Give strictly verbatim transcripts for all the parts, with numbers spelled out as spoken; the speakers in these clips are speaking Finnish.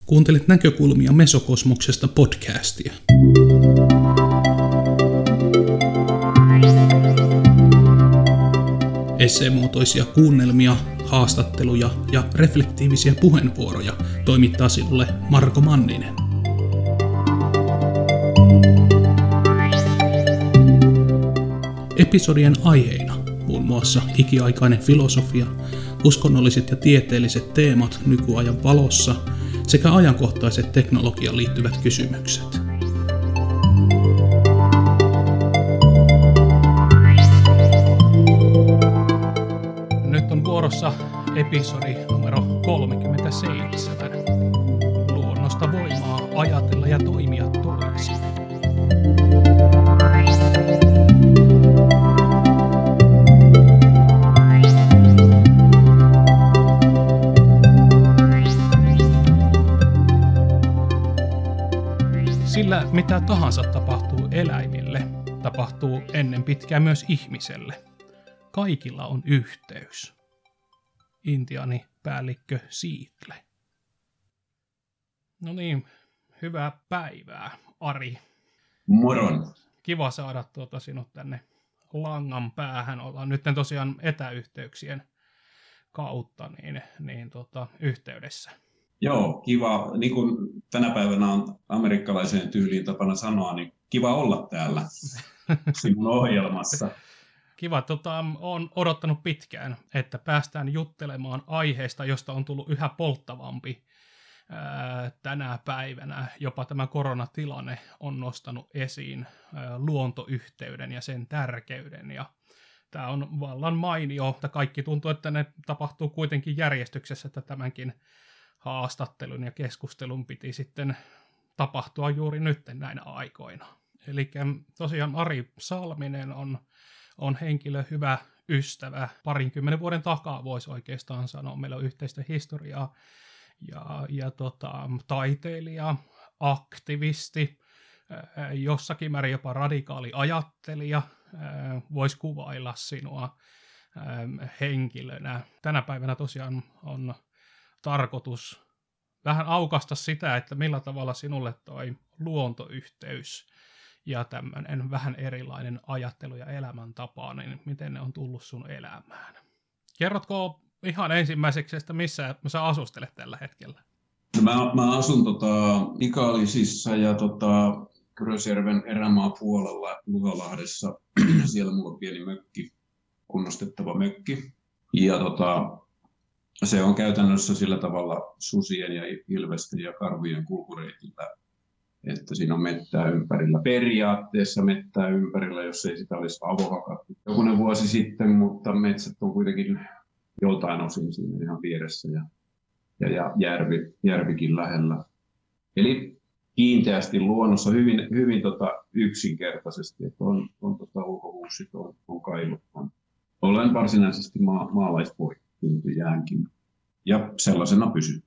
Kuuntelet Näkökulmia Mesokosmoksesta podcastia. Esseemuotoisia kuunnelmia, haastatteluja ja reflektiivisiä puheenvuoroja toimittaa sinulle Marko Manninen. Episodien aiheina muun muassa ikiaikainen filosofia, uskonnolliset ja tieteelliset teemat nykyajan valossa sekä ajankohtaiset teknologiaan liittyvät kysymykset. Nyt on vuorossa episodi numero kolmekymmentäseitsemän. Luonnosta voimaa ajatella ja toimia toisin. Sillä mitä tahansa tapahtuu eläimille, tapahtuu ennen pitkää myös ihmiselle. Kaikilla on yhteys. Intiani päällikkö Siitle. No niin, hyvää päivää, Ari. Moron. Kiva saada tuota sinut tänne langan päähän. Ollaan nyt tosiaan etäyhteyksien kautta niin, niin tuota, yhteydessä. Joo, kiva. Niin kuin tänä päivänä on amerikkalaiseen tyyliin tapana sanoa, niin kiva olla täällä sinun ohjelmassa. Kiva. Tota, olen odottanut pitkään, että päästään juttelemaan aiheesta, josta on tullut yhä polttavampi ää, tänä päivänä. Jopa tämä koronatilanne on nostanut esiin ää, luontoyhteyden ja sen tärkeyden. Ja tämä on vallan mainio, että kaikki tuntuu, että ne tapahtuu kuitenkin järjestyksessä, että tämänkin haastattelun ja keskustelun piti sitten tapahtua juuri nyt näinä aikoina. Eli tosiaan Ari Salminen on, on henkilö, hyvä ystävä. Parinkymmenen vuoden takaa voisi oikeastaan sanoa. Meillä on yhteistä historiaa ja, ja tota, taiteilija, aktivisti, jossakin määrin jopa radikaali ajattelija. Voisi kuvailla sinua henkilönä. Tänä päivänä tosiaan on tarkoitus vähän aukaista sitä, että millä tavalla sinulle toi luontoyhteys ja tämmöinen vähän erilainen ajattelu ja elämäntapa, niin miten ne on tullut sun elämään. Kerrotko ihan ensimmäiseksi, että missä sä asustelet tällä hetkellä? No mä, mä asun tota, Ikaalisissa ja tota, Kyrösjärven erämaa puolella Luhalahdessa. Siellä mulla on pieni mökki, kunnostettava mökki. Ja tota, se on käytännössä sillä tavalla susien ja ilvesten ja karhujen kulkureitillä, että siinä on mettää ympärillä. Periaatteessa mettää ympärillä, jos ei sitä olisi avohakattu jokunen vuosi sitten, mutta metsät on kuitenkin joltain osin siinä ihan vieressä ja, ja, ja järvi, järvikin lähellä. Eli kiinteästi luonnossa hyvin, hyvin tota yksinkertaisesti, että on, on tota ulkohuussit, on, on kailut. On. Olen varsinaisesti maa, maalaispoika. Jäänkin. Ja sellaisena pysyy.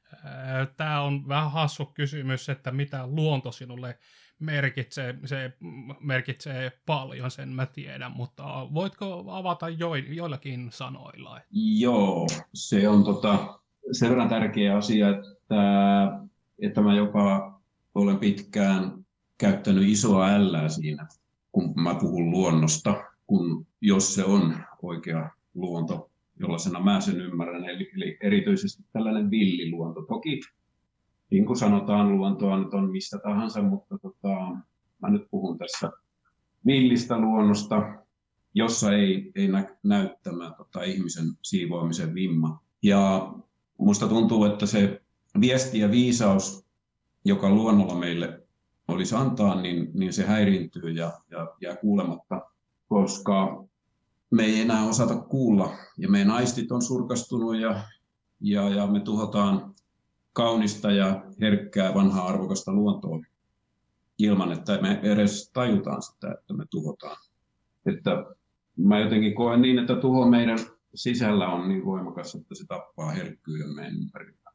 Tämä on vähän hassu kysymys, että mitä luonto sinulle merkitsee. Se merkitsee paljon, sen mä tiedän, mutta voitko avata jo, joillakin sanoilla? Joo, se on tota, sen verran tärkeä asia, että, että mä jopa olen pitkään käyttänyt isoa ällää siinä, kun mä puhun luonnosta, kun jos se on oikea luonto, jollaisena mä sen ymmärrän, eli, eli erityisesti tällainen villiluonto. Toki, niin kuin sanotaan, luontoa nyt on mistä tahansa, mutta tota, mä nyt puhun tässä villistä luonnosta, jossa ei, ei nä, näy tämä tota, ihmisen siivoamisen vimma. Ja musta tuntuu, että se viesti ja viisaus, joka luonnolla meille olisi antaa, niin, niin se häiriintyy ja, ja jää kuulematta, koska me ei enää osata kuulla ja meidän aistit on surkastunut ja, ja, ja me tuhotaan kaunista ja herkkää vanhaa arvokasta luontoa ilman, että me edes tajutaan sitä, että me tuhotaan. Että mä jotenkin koen niin, että tuho meidän sisällä on niin voimakas, että se tappaa herkkyyden meidän ympärillä.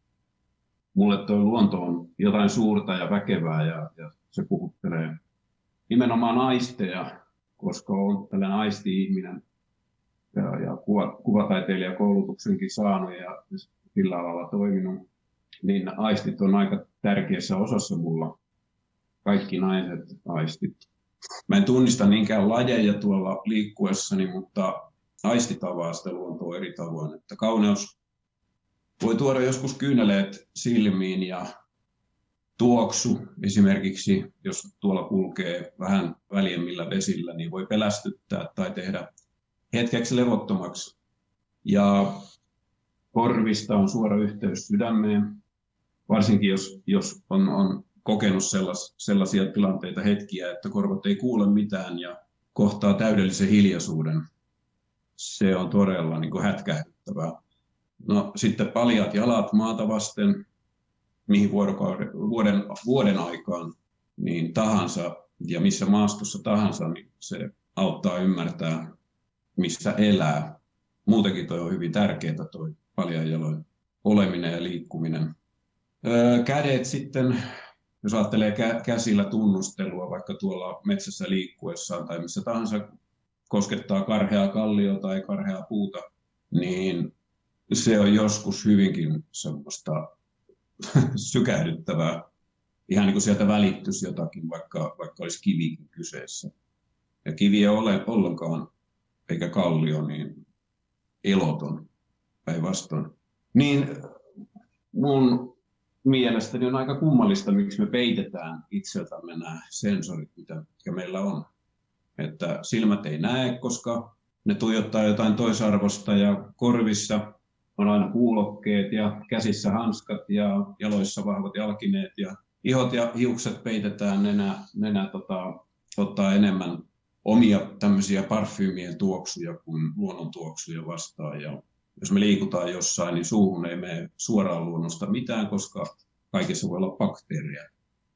Mulle tuo luonto on jotain suurta ja väkevää ja, ja se puhuttelee nimenomaan aisteja, koska olen tällainen aisti-ihminen ja, ja kuva, kuvataiteilijakoulutuksenkin saanut ja sillä alalla toiminut. niin aistit on aika tärkeässä osassa mulla. Kaikki naiset aistit. Mä en tunnista niinkään lajeja tuolla liikkuessani, mutta aistit avaa sitä luontoa eri tavoin. Että kauneus voi tuoda joskus kyyneleet silmiin ja tuoksu esimerkiksi, jos tuolla kulkee vähän väljemmillä vesillä, niin voi pelästyttää tai tehdä hetkeksi levottomaksi. Ja korvista on suora yhteys sydämeen, varsinkin jos, jos on, on kokenut sellas, sellaisia tilanteita, hetkiä, että korvat ei kuule mitään ja kohtaa täydellisen hiljaisuuden. Se on todella niin kuin hätkähdyttävää. No sitten paljaat jalat maata vasten, mihin vuorokauden, vuoden, vuoden aikaan niin tahansa ja missä maastossa tahansa, niin se auttaa ymmärtää, missä elää. Muutenkin toi on hyvin tärkeää toi paljain jaloin oleminen ja liikkuminen. Öö, kädet sitten, jos ajattelee kä- käsillä tunnustelua vaikka tuolla metsässä liikkuessaan tai missä tahansa koskettaa karheaa kallioa tai karheaa puuta, niin se on joskus hyvinkin semmoista sykähdyttävää. Ihan niin kuin sieltä välittyisi jotakin, vaikka, vaikka olisi kivikin kyseessä. Ja kivi ei ole ollenkaan, eikä kallio, niin eloton päinvastoin. Niin mun mielestäni on aika kummallista, miksi me peitetään itseltämme nämä sensorit, mitä meillä on. Että silmät ei näe, koska ne tuijottaa jotain toisarvosta ja korvissa on aina kuulokkeet ja käsissä hanskat ja jaloissa vahvat jalkineet ja ihot ja hiukset peitetään, nenä, nenä tota, ottaa enemmän omia tämmöisiä parfyymien tuoksuja kuin luonnon tuoksuja vastaan. Ja jos me liikutaan jossain, niin suuhun ei mene suoraan luonnosta mitään, koska kaikessa voi olla bakteereja.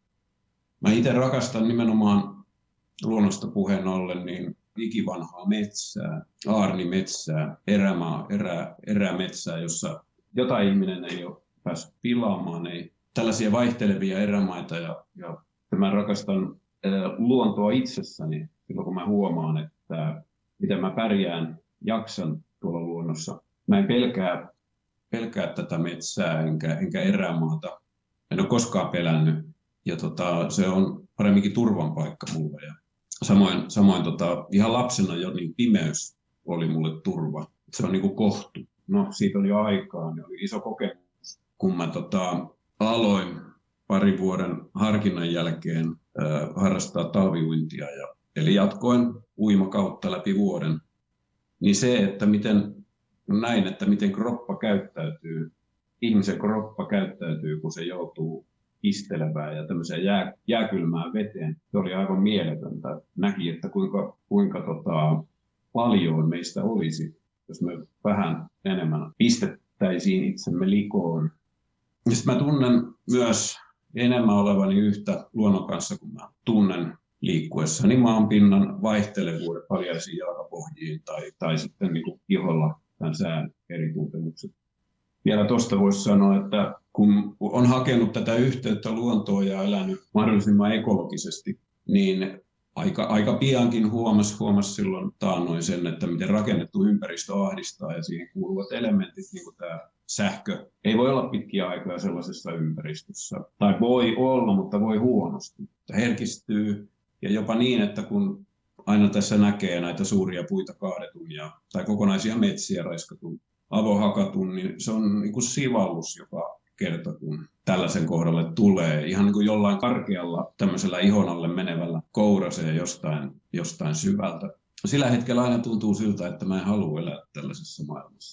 Mä itse rakastan nimenomaan luonnosta puheen ollen niin ikivanhaa metsää, aarnimetsää, erämaa, erä, erämetsää, jossa jotain ihminen ei ole päässyt pilaamaan. Ei. Tällaisia vaihtelevia erämaita ja, ja mä rakastan ää, luontoa itsessäni silloin, kun mä huomaan, että miten mä pärjään, jaksan tuolla luonnossa. Mä en pelkää, pelkää tätä metsää enkä, enkä erämaata. En ole koskaan pelännyt ja tota, se on paremminkin turvan paikka mulle. Ja samoin samoin tota, ihan lapsena jo niin pimeys oli mulle turva. Se on niin kuin kohtu. No siitä oli jo aikaa, niin oli iso kokemus, kun mä tota, aloin parin vuoden harkinnan jälkeen äh, harrastaa talviuintia. Ja, eli jatkoin uimakautta läpi vuoden. Niin se, että miten näin, että miten kroppa käyttäytyy, ihmisen kroppa käyttäytyy, kun se joutuu istelevään ja tämmöiseen jää, jääkylmään veteen. Se oli aivan mieletöntä. Näki, että kuinka, kuinka tota, paljon meistä olisi, jos me vähän enemmän pistettäisiin itsemme likoon. Ja sitten mä tunnen myös enemmän olevani yhtä luonnon kanssa, kun mä tunnen liikkuessani maanpinnan vaihtelevuuden paljaisiin jalkapohjiin tai, tai sitten niin kuin iholla tämän sään eri tuntemukset. Vielä tuosta voisi sanoa, että kun on hakenut tätä yhteyttä luontoon ja elänyt mahdollisimman ekologisesti, niin aika, aika piankin huomasi, huomasi silloin taannoin sen, että miten rakennettu ympäristö ahdistaa ja siihen kuuluvat elementit, niin kuin tämä sähkö, ei voi olla pitkiä aikoja sellaisessa ympäristössä. Tai voi olla, mutta voi huonosti. Herkistyy ja jopa niin, että kun aina tässä näkee näitä suuria puita kaadetun ja, tai kokonaisia metsiä raiskatun, avohakatun, niin se on niin kuin sivallus joka kerta, kun tällaisen kohdalle tulee. Ihan niin kuin jollain karkealla tämmöisellä ihon alle menevällä kourasee jostain, jostain syvältä. Sillä hetkellä aina tuntuu siltä, että mä en halua elää tällaisessa maailmassa.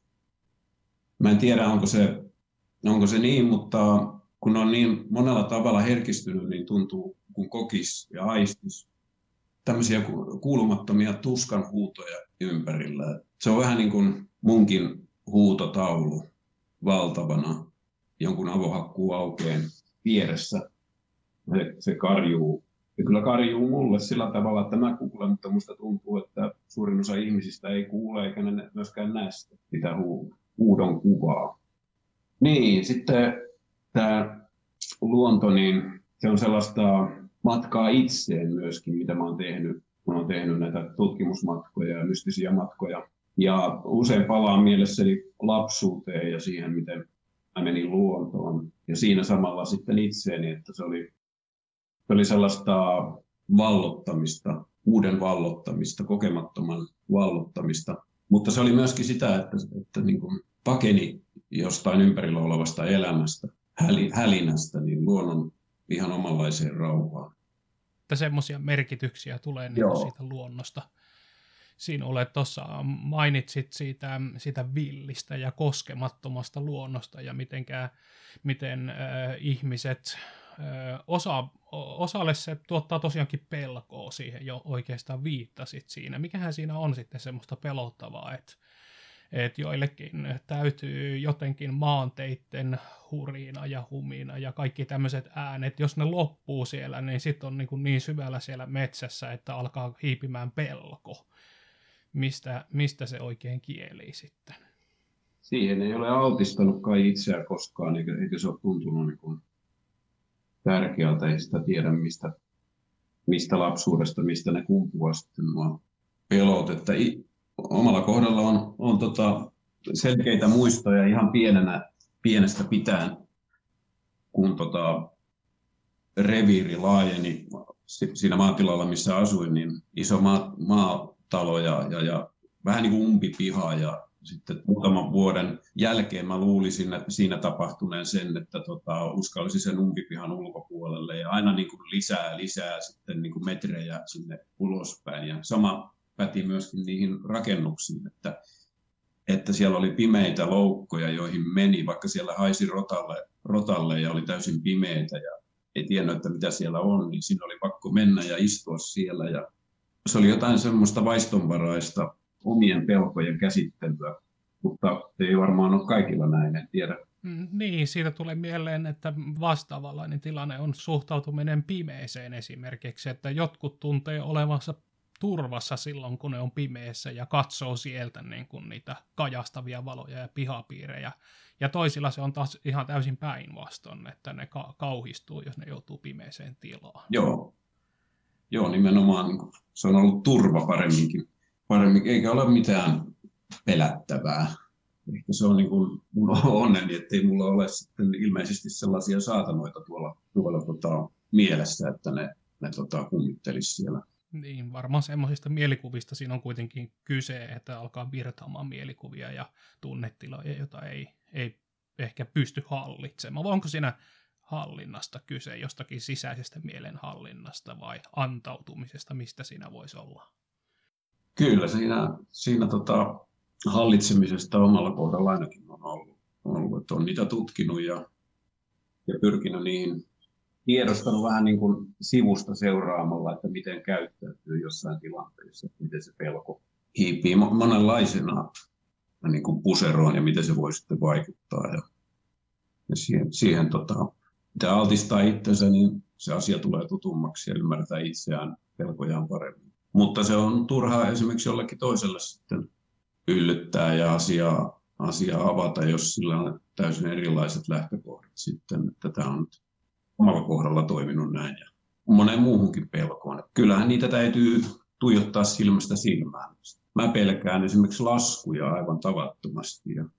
Mä en tiedä, onko se, onko se niin, mutta kun on niin monella tavalla herkistynyt, niin tuntuu, kun kokis ja aistis tämmöisiä kuulumattomia tuskan huutoja ympärillä. Se on vähän niin kuin munkin huutotaulu valtavana jonkun avohakkuuaukeen vieressä. Se, se karjuu. Ja kyllä karjuu mulle sillä tavalla, että mä kuulen, mutta musta tuntuu, että suurin osa ihmisistä ei kuule eikä ne myöskään näe sitä hu- huudon kuvaa. Niin, sitten tämä luonto, niin se on sellaista matkaa itseen myöskin, mitä mä oon tehnyt. Mä oon tehnyt näitä tutkimusmatkoja ja mystisiä matkoja. Ja usein palaan mielessäni lapsuuteen ja siihen, miten mä menin luontoon ja siinä samalla sitten itseeni, että se oli, se oli sellaista vallottamista, uuden vallottamista, kokemattoman vallottamista, mutta se oli myöskin sitä, että, että niin kuin pakeni jostain ympärillä olevasta elämästä, hälinästä, niin luonnon ihan omanlaiseen rauhaan. Että semmoisia merkityksiä tulee niin kuin siitä luonnosta. Siinä olet tuossa, mainitsit siitä, siitä villistä ja koskemattomasta luonnosta ja mitenkä, miten äh, ihmiset, äh, osa, osalle se tuottaa tosiaankin pelkoa siihen, jo oikeastaan viittasit siinä. Mikähän siinä on sitten semmoista pelottavaa, että että joillekin täytyy jotenkin maanteitten hurina ja humina ja kaikki tämmöiset äänet, jos ne loppuu siellä, niin sitten on niin, kuin niin syvällä siellä metsässä, että alkaa hiipimään pelko. Mistä, mistä se oikein kielii sitten? Siihen ei ole altistanutkaan itseään koskaan, eikä, eikä se ole tuntunut niin kuin tärkeältä, ei sitä tiedä mistä, mistä lapsuudesta, mistä ne kumpuaa sitten nuo pelot, että omalla kohdalla on, on tota selkeitä muistoja ihan pienenä, pienestä pitäen, kun tota reviiri laajeni siinä maatilalla, missä asuin, niin iso maa, maatalo ja, ja, ja vähän niin kuin umpipiha. Ja sitten muutaman vuoden jälkeen mä luulin siinä, siinä tapahtuneen sen, että tota, uskallisin sen umpipihan ulkopuolelle ja aina niin kuin lisää lisää sitten niin kuin metrejä sinne ulospäin. Ja sama päti myöskin niihin rakennuksiin, että, että siellä oli pimeitä loukkoja, joihin meni, vaikka siellä haisi rotalle, rotalle ja oli täysin pimeitä ja ei tiennyt, että mitä siellä on, niin siinä oli pakko mennä ja istua siellä. Ja se oli jotain semmoista vaistonvaraista omien pelkojen käsittelyä, mutta se ei varmaan ole kaikilla näin, en tiedä. Niin, siitä tulee mieleen, että vastaavanlainen tilanne on suhtautuminen pimeeseen esimerkiksi, että jotkut tuntee olevansa turvassa silloin, kun ne on pimeässä ja katsoo sieltä niin kuin niitä kajastavia valoja ja pihapiirejä. Ja toisilla se on taas ihan täysin päinvastoin, että ne ka- kauhistuu, jos ne joutuu pimeeseen tilaan. Joo, Joo nimenomaan niin kuin, se on ollut turva paremminkin, paremminkin, eikä ole mitään pelättävää. Ehkä se on niin kuin mun onneni, ettei mulla ole sitten ilmeisesti sellaisia saatanoita tuolla, tuolla tota, mielessä, että ne, ne tota, kummittelisi siellä. Niin, varmaan semmoisista mielikuvista siinä on kuitenkin kyse, että alkaa virtaamaan mielikuvia ja tunnetiloja, joita ei, ei ehkä pysty hallitsemaan. Vai onko siinä hallinnasta kyse, jostakin sisäisestä mielenhallinnasta vai antautumisesta, mistä siinä voisi olla? Kyllä, siinä, siinä tota, hallitsemisesta omalla kohdalla ainakin on ollut. ollut että on niitä tutkinut ja, ja pyrkinyt niihin tiedostanut vähän niin kuin sivusta seuraamalla, että miten käyttäytyy jossain tilanteessa, miten se pelko hiipii monenlaisena niin kuin puseroon ja miten se voi sitten vaikuttaa. Ja, ja siihen, siihen tota, mitä altistaa itsensä, niin se asia tulee tutummaksi ja ymmärtää itseään pelkojaan paremmin. Mutta se on turhaa esimerkiksi jollekin toiselle sitten yllyttää ja asiaa, asiaa avata, jos sillä on täysin erilaiset lähtökohdat sitten, että tämä on omalla kohdalla toiminut näin ja monen muuhunkin pelkoon. Kyllähän niitä täytyy tuijottaa silmästä silmään. Mä pelkään esimerkiksi laskuja aivan tavattomasti. Ja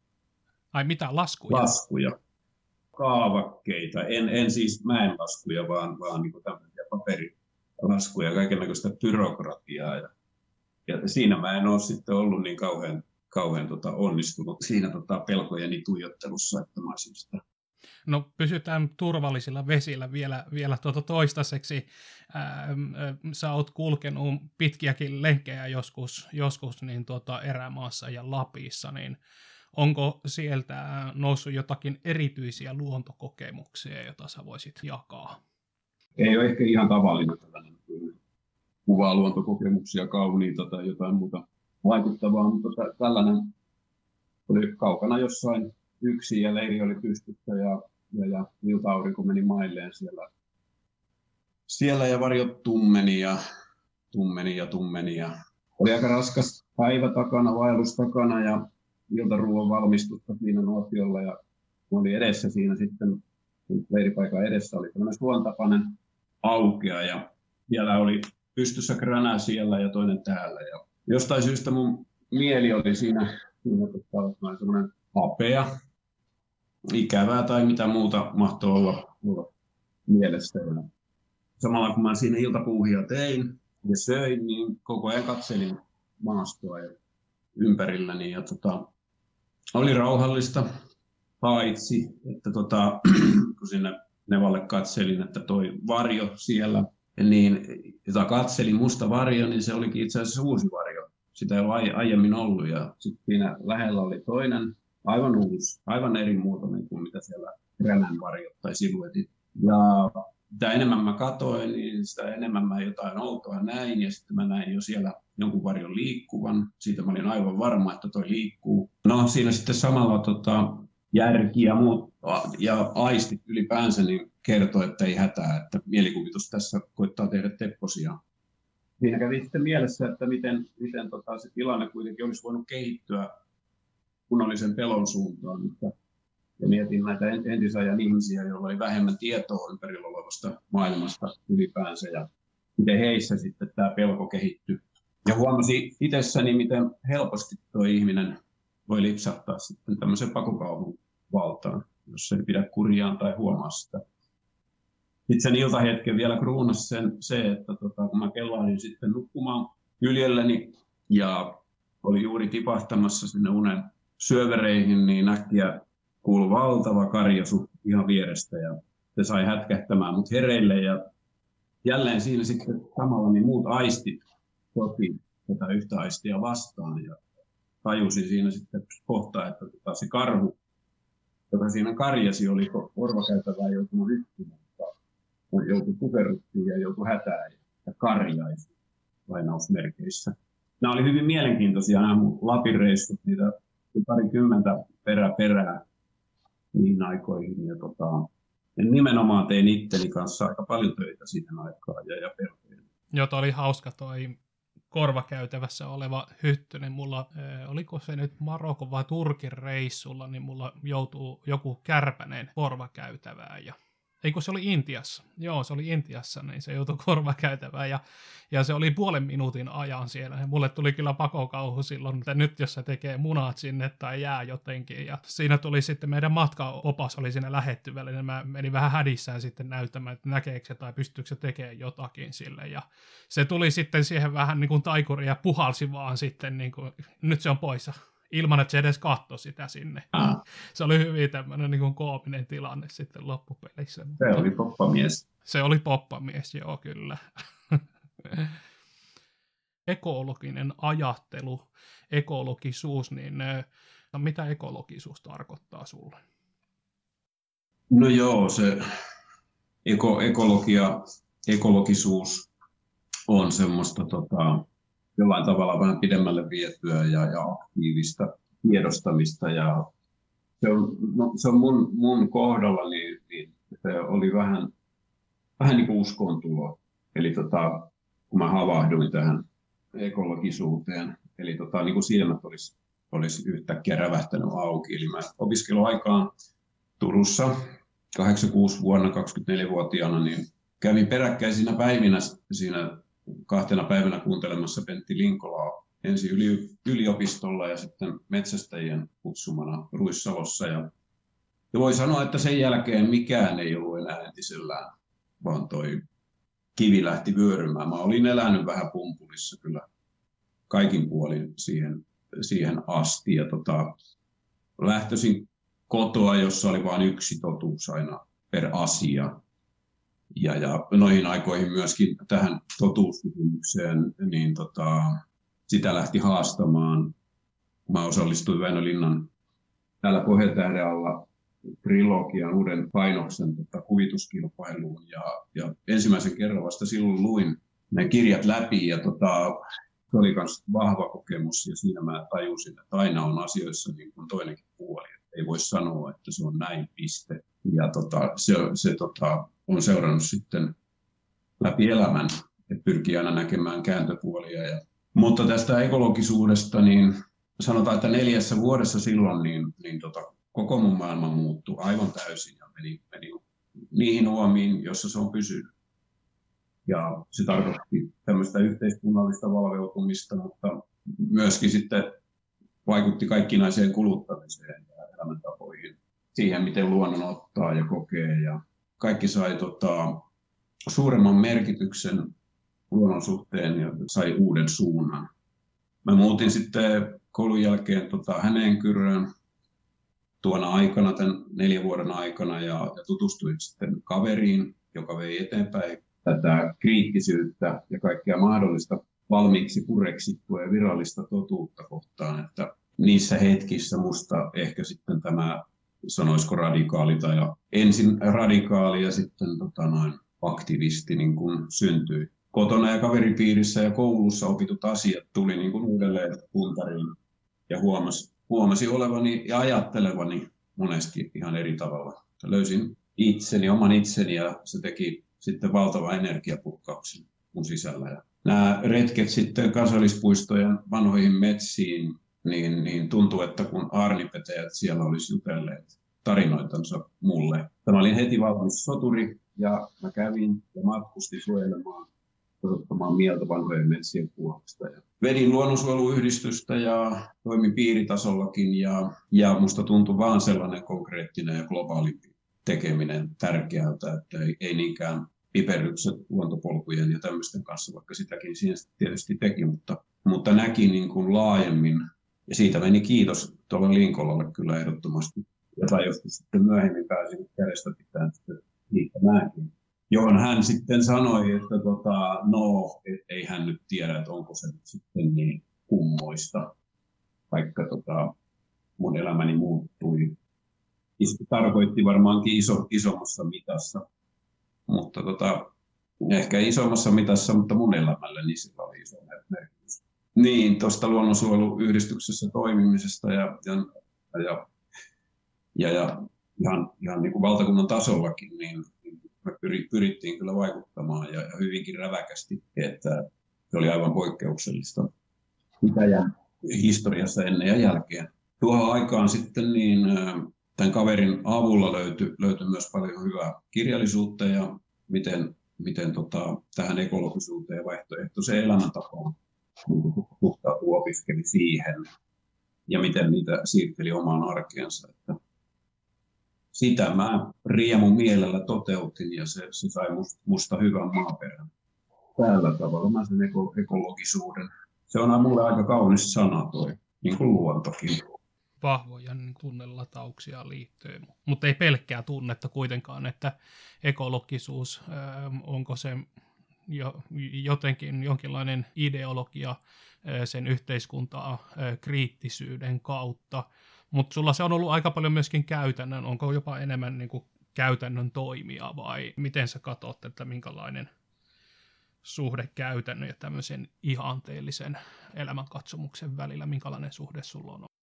Ai mitä laskuja? Laskuja, kaavakkeita, en, en siis mäenlaskuja, vaan, vaan niin kuin tämmöisiä paperilaskuja, kaikenlaista byrokratiaa. Ja, ja siinä mä en ole sitten ollut niin kauhean, kauhean tota onnistunut siinä tota pelkojeni tuijottelussa, että mä olisin sitä. No pysytään turvallisilla vesillä vielä, vielä tuota toistaiseksi. Ää, sä oot kulkenut pitkiäkin lenkkejä joskus, joskus niin tuota erämaassa ja Lapissa, niin onko sieltä noussut jotakin erityisiä luontokokemuksia, joita sä voisit jakaa? Ei ole ehkä ihan tavallinen tällainen kuvaa luontokokemuksia, kauniita tai jotain muuta vaikuttavaa, mutta tällainen oli kaukana jossain yksin ja leiri oli pystyssä ja, ja, ja ilta-aurinko meni mailleen siellä, siellä ja varjot tummeni ja tummeni ja tummeni. Ja oli aika raskas päivä takana, vaellus takana ja iltaruuan valmistusta siinä nuotiolla ja oli edessä siinä sitten, leiripaikan edessä oli tämmöinen suontapainen aukea ja siellä oli pystyssä kränä siellä ja toinen täällä. Ja jostain syystä mun mieli oli siinä, siinä semmoinen hapea. ikävää tai mitä muuta mahtoi olla, olla mielessä. Ja samalla kun mä siinä iltapuuhia tein ja söin, niin koko ajan katselin maastoa ja ympärilläni. Ja tota, oli rauhallista, paitsi että tota, kun sinne Nevalle katselin, että toi varjo siellä, niin jota katselin, musta varjo, niin se olikin itse asiassa uusi varjo. Sitä ei ollut aiemmin ollut, ja sitten siinä lähellä oli toinen, aivan uusi, aivan eri muotoinen kuin mitä siellä Ränän varjot tai siluetit. Ja mitä enemmän mä katoin, niin sitä enemmän mä jotain outoa näin, ja sitten mä näin jo siellä jonkun varjon liikkuvan. Siitä mä olin aivan varma, että toi liikkuu. No siinä sitten samalla tota, järki ja muut ja aistit ylipäänsä niin kertoi, että ei hätää, että mielikuvitus tässä koittaa tehdä tepposia. Siinä kävi sitten mielessä, että miten, miten tota, se tilanne kuitenkin olisi voinut kehittyä kunnollisen pelon suuntaan. Että, ja mietin näitä entisajan ihmisiä, joilla oli vähemmän tietoa ympärillä olevasta maailmasta ylipäänsä ja miten heissä sitten tämä pelko kehittyi. Ja huomasin itsessäni, miten helposti tuo ihminen voi lipsahtaa sitten tämmöisen pakokauhun valtaan, jos ei pidä kurjaan tai huomaa sitä. Sitten sen iltahetken vielä kruunasi sen, se, että tota, kun mä kellailin sitten nukkumaan kyljelleni ja oli juuri tipahtamassa sinne unen syövereihin, niin äkkiä kuului valtava karjasu ihan vierestä ja se sai hätkähtämään mut hereille ja jälleen siinä sitten samalla niin muut aistit sopi tätä yhtä aistia vastaan ja tajusin siinä sitten kohtaa, että tota, se karhu, joka siinä karjasi, oli korvakäytävää joutunut hyppymään. Joutui pukerruttiin ja joutui hätään ja karjaisi lainausmerkeissä. Nämä oli hyvin mielenkiintoisia nämä mun Lapin-reissut, niitä parikymmentä perä perää niihin aikoihin. Ja tota, ja nimenomaan tein itteni kanssa aika paljon töitä siihen aikaan ja, ja perheen. Joo, toi oli hauska toi korvakäytävässä oleva hyttynen. Mulla, äh, oliko se nyt Marokon vai Turkin reissulla, niin mulla joutuu joku kärpänen korvakäytävään ja ei kun se oli Intiassa. Joo, se oli Intiassa, niin se joutui korvakäytävään ja, ja se oli puolen minuutin ajan siellä. Ja mulle tuli kyllä pakokauhu silloin, että nyt jos se tekee munat sinne tai jää jotenkin. Ja siinä tuli sitten meidän matkaopas oli siinä lähettyvällä, niin mä menin vähän hädissään sitten näyttämään, että näkeekö se tai pystyykö se tekemään jotakin sille. Ja se tuli sitten siihen vähän niin kuin taikuri ja puhalsi vaan sitten, niin kuin, nyt se on poissa. Ilman, että se edes katsoi sitä sinne. Ah. Se oli hyvin tämmöinen niin kuin koominen tilanne sitten loppupelissä. Se oli poppamies. Se oli poppamies, joo kyllä. Ekologinen ajattelu, ekologisuus, niin no, mitä ekologisuus tarkoittaa sulle? No joo, se eko, ekologia, ekologisuus on semmoista tota, jollain tavalla vähän pidemmälle vietyä ja, ja aktiivista tiedostamista. Ja se on, no, se on mun, mun kohdalla, niin, niin se oli vähän, vähän niin kuin uskontulo. Eli tota, kun mä havahduin tähän ekologisuuteen, eli tota, niin kuin silmät olisi, olisi yhtäkkiä rävähtänyt auki. Eli mä opiskeluaikaan Turussa kahdeksankymmentäkuusi vuonna kaksikymmentäneljävuotiaana niin kävin peräkkäisinä päivinä siinä kahtena päivänä kuuntelemassa Pentti Linkolaa ensin yli, yliopistolla ja sitten metsästäjien kutsumana Ruissalossa. Ja, ja voi sanoa, että sen jälkeen mikään ei ollut enää entisellään, vaan toi kivi lähti vyörymään. Mä olin elänyt vähän pumpulissa kyllä kaikin puolin siihen, siihen asti. Ja tota, lähtöisin kotoa, jossa oli vain yksi totuus aina per asia. Ja, ja noihin aikoihin myöskin tähän totuuskysymykseen, niin tota, sitä lähti haastamaan. Mä osallistuin Väinö Linnan täällä Pohjantähden alla trilogian uuden painoksen tota, kuvituskilpailuun. Ja, ja ensimmäisen kerran vasta silloin luin ne kirjat läpi ja tota, se oli myös vahva kokemus ja siinä mä tajusin, että aina on asioissa niin kuin toinenkin puoli. Ei voi sanoa, että se on näin piste. Ja tota, se, se tota, on seurannut sitten läpi elämän, että pyrkii aina näkemään kääntöpuolia. Ja, mutta tästä ekologisuudesta, niin sanotaan, että neljässä vuodessa silloin niin, niin tota, koko mun maailma muuttui aivan täysin ja meni, meni niihin uomiin, joissa se on pysynyt. Ja se tarkoitti tämmöistä yhteiskunnallista valveutumista, mutta myöskin sitten vaikutti kaikkinaiseen kuluttamiseen ja elämäntapoihin. siihen, miten luonnon ottaa ja kokee. Ja kaikki sai tota, suuremman merkityksen luonnon suhteen ja sai uuden suunnan. Mä muutin sitten koulun jälkeen tota, Hämeenkyröön tuona aikana, tämän neljän vuoden aikana, ja, ja tutustuin sitten kaveriin, joka vei eteenpäin tätä kriittisyyttä ja kaikkea mahdollista valmiiksi pureksittua ja virallista totuutta kohtaan, että niissä hetkissä musta ehkä sitten tämä, sanoisiko radikaali tai ensin radikaali ja sitten tota noin, aktivisti niin kuin syntyi. Kotona ja kaveripiirissä ja koulussa opitut asiat tuli niin kuin uudelleen puntariin ja huomasi, huomasi olevani ja ajattelevani monesti ihan eri tavalla. Löysin itseni, oman itseni ja se teki sitten valtavan energiapurkkauksen mun sisällä. Ja nämä retket sitten kansallispuistojen vanhoihin metsiin, niin, niin tuntuu, että kun aarnipetäjät siellä olisi jutelleet tarinoitansa mulle. Tämä oli heti valmis soturi ja mä kävin ja matkustin suojelemaan, osoittamaan mieltä vanhojen metsien puolesta. Ja vedin luonnonsuojeluyhdistystä ja toimin piiritasollakin ja, ja musta tuntui vaan sellainen konkreettinen ja globaali tekeminen tärkeältä, että ei, ei niinkään piperrykset luontopolkujen ja tämmöisten kanssa, vaikka sitäkin siinä tietysti teki, mutta, mutta näki niin kuin laajemmin. Ja siitä meni kiitos tuolla Linkolalle kyllä ehdottomasti, jota joskus sitten myöhemmin pääsin kädestä pitämään liittämäänkin. Johon hän sitten sanoi, että tota, no, et, ei hän nyt tiedä, että onko se nyt sitten niin kummoista, vaikka tota, mun elämäni muuttui. Se tarkoitti varmaankin iso, isommassa mitassa, mutta tota, ehkä isommassa mitassa, mutta mun elämälle niin sillä oli iso merkitys. Niin, tuosta luonnonsuojeluyhdistyksessä toimimisesta ja, ja, ja, ja, ja ihan, ihan niin kuin valtakunnan tasollakin, niin me pyrittiin kyllä vaikuttamaan ja, ja hyvinkin räväkästi, että se oli aivan poikkeuksellista pitäjän historiassa ennen ja jälkeen. Tuohon aikaan sitten niin tämän kaverin avulla löytyi, löytyi myös paljon hyvää kirjallisuutta ja miten, miten tota, tähän ekologisuuteen ja vaihtoehtoiseen elämäntapaan suhtautuu opiskeli siihen ja miten niitä siirteli omaan arkeensa. Että sitä mä riemun mielellä toteutin ja se, se sai musta, musta hyvän maaperän. Tällä tavalla mä sen eko, ekologisuuden. Se on mulle aika kaunis sana toi, niin kuin luontokin. Vahvoja niin tunnelatauksia liittyy, mutta ei pelkkää tunnetta kuitenkaan, että ekologisuus, äh, onko se jo, jotenkin jonkinlainen ideologia äh, sen yhteiskuntaa äh, kriittisyyden kautta, mutta sulla se on ollut aika paljon myöskin käytännön, onko jopa enemmän niin kuin käytännön toimia vai miten sä katsot, että minkälainen suhde käytännön ja tämmöisen ihanteellisen elämänkatsomuksen välillä, minkälainen suhde sulla on?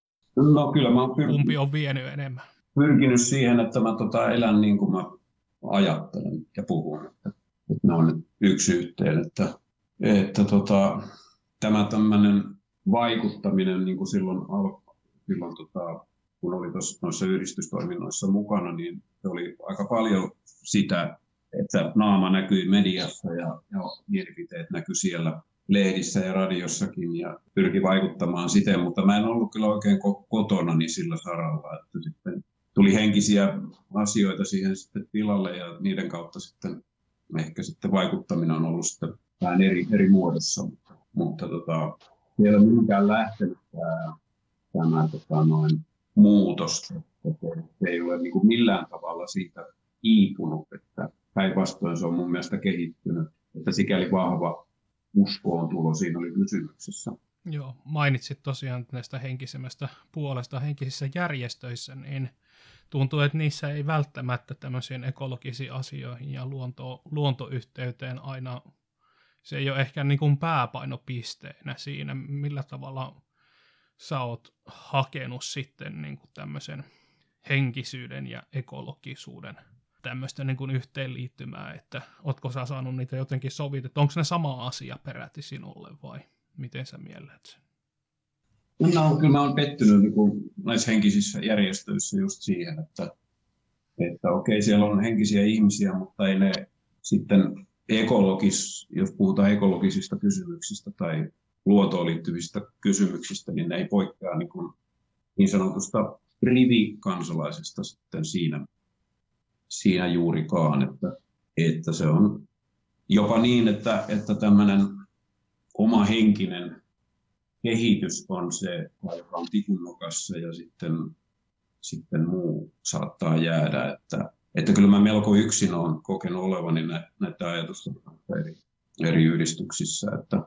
No kyllä mä oon pyrkinyt, Kumpi on vienyt enemmän? Pyrkinyt siihen, että mä tota elän niin kuin mä ajattelen ja puhun. Että, että ne on yksi yhteen. Että, että tota, tämä tämmöinen vaikuttaminen niin kuin silloin, silloin tota, kun oli tuossa noissa yhdistystoiminnoissa mukana, niin se oli aika paljon sitä, että naama näkyi mediassa ja, ja mielipiteet näkyi siellä lehdissä ja radiossakin ja pyrki vaikuttamaan siten, mutta mä en ollut kyllä oikein kotona niin sillä saralla, että sitten tuli henkisiä asioita siihen sitten tilalle ja niiden kautta sitten ehkä sitten vaikuttaminen on ollut sitten vähän eri, eri muodossa, mutta, mutta tota, ei ole mihinkään lähtenyt tämä, tämä tota, noin muutos, että se ei ole niin kuin millään tavalla siitä iipunut, että päinvastoin se on mun mielestä kehittynyt, että sikäli vahva uskoon tulo siinä oli kysymyksessä. Joo, mainitsit tosiaan näistä henkisemmästä puolesta henkisissä järjestöissä, niin tuntuu, että niissä ei välttämättä tämmöisiin ekologisiin asioihin ja luonto, luontoyhteyteen aina, se ei ole ehkä niin kuin pääpainopisteenä siinä, millä tavalla sä oot hakenut sitten niin kuin tämmöisen henkisyyden ja ekologisuuden tämmöistä niin kuin yhteenliittymää, että ootko sä saanut niitä jotenkin sovitettua, onko ne sama asia peräti sinulle vai miten sä miellet sen? No kyllä mä oon pettynyt niin kuin näissä henkisissä järjestöissä just siihen, että, että okei siellä on henkisiä ihmisiä, mutta ei ne sitten ekologis, jos puhutaan ekologisista kysymyksistä tai luontoon liittyvistä kysymyksistä, niin ne ei poikkea niin, kuin niin sanotusta rivi kansalaisesta sitten siinä, siinä juurikaan, että, että se on jopa niin, että, että tämmöinen oma henkinen kehitys on se, joka on tikun nokassa ja sitten, sitten muu saattaa jäädä. Että, että kyllä mä melko yksin olen kokenut olevani nä, näitä ajatusten eri, eri yhdistyksissä, että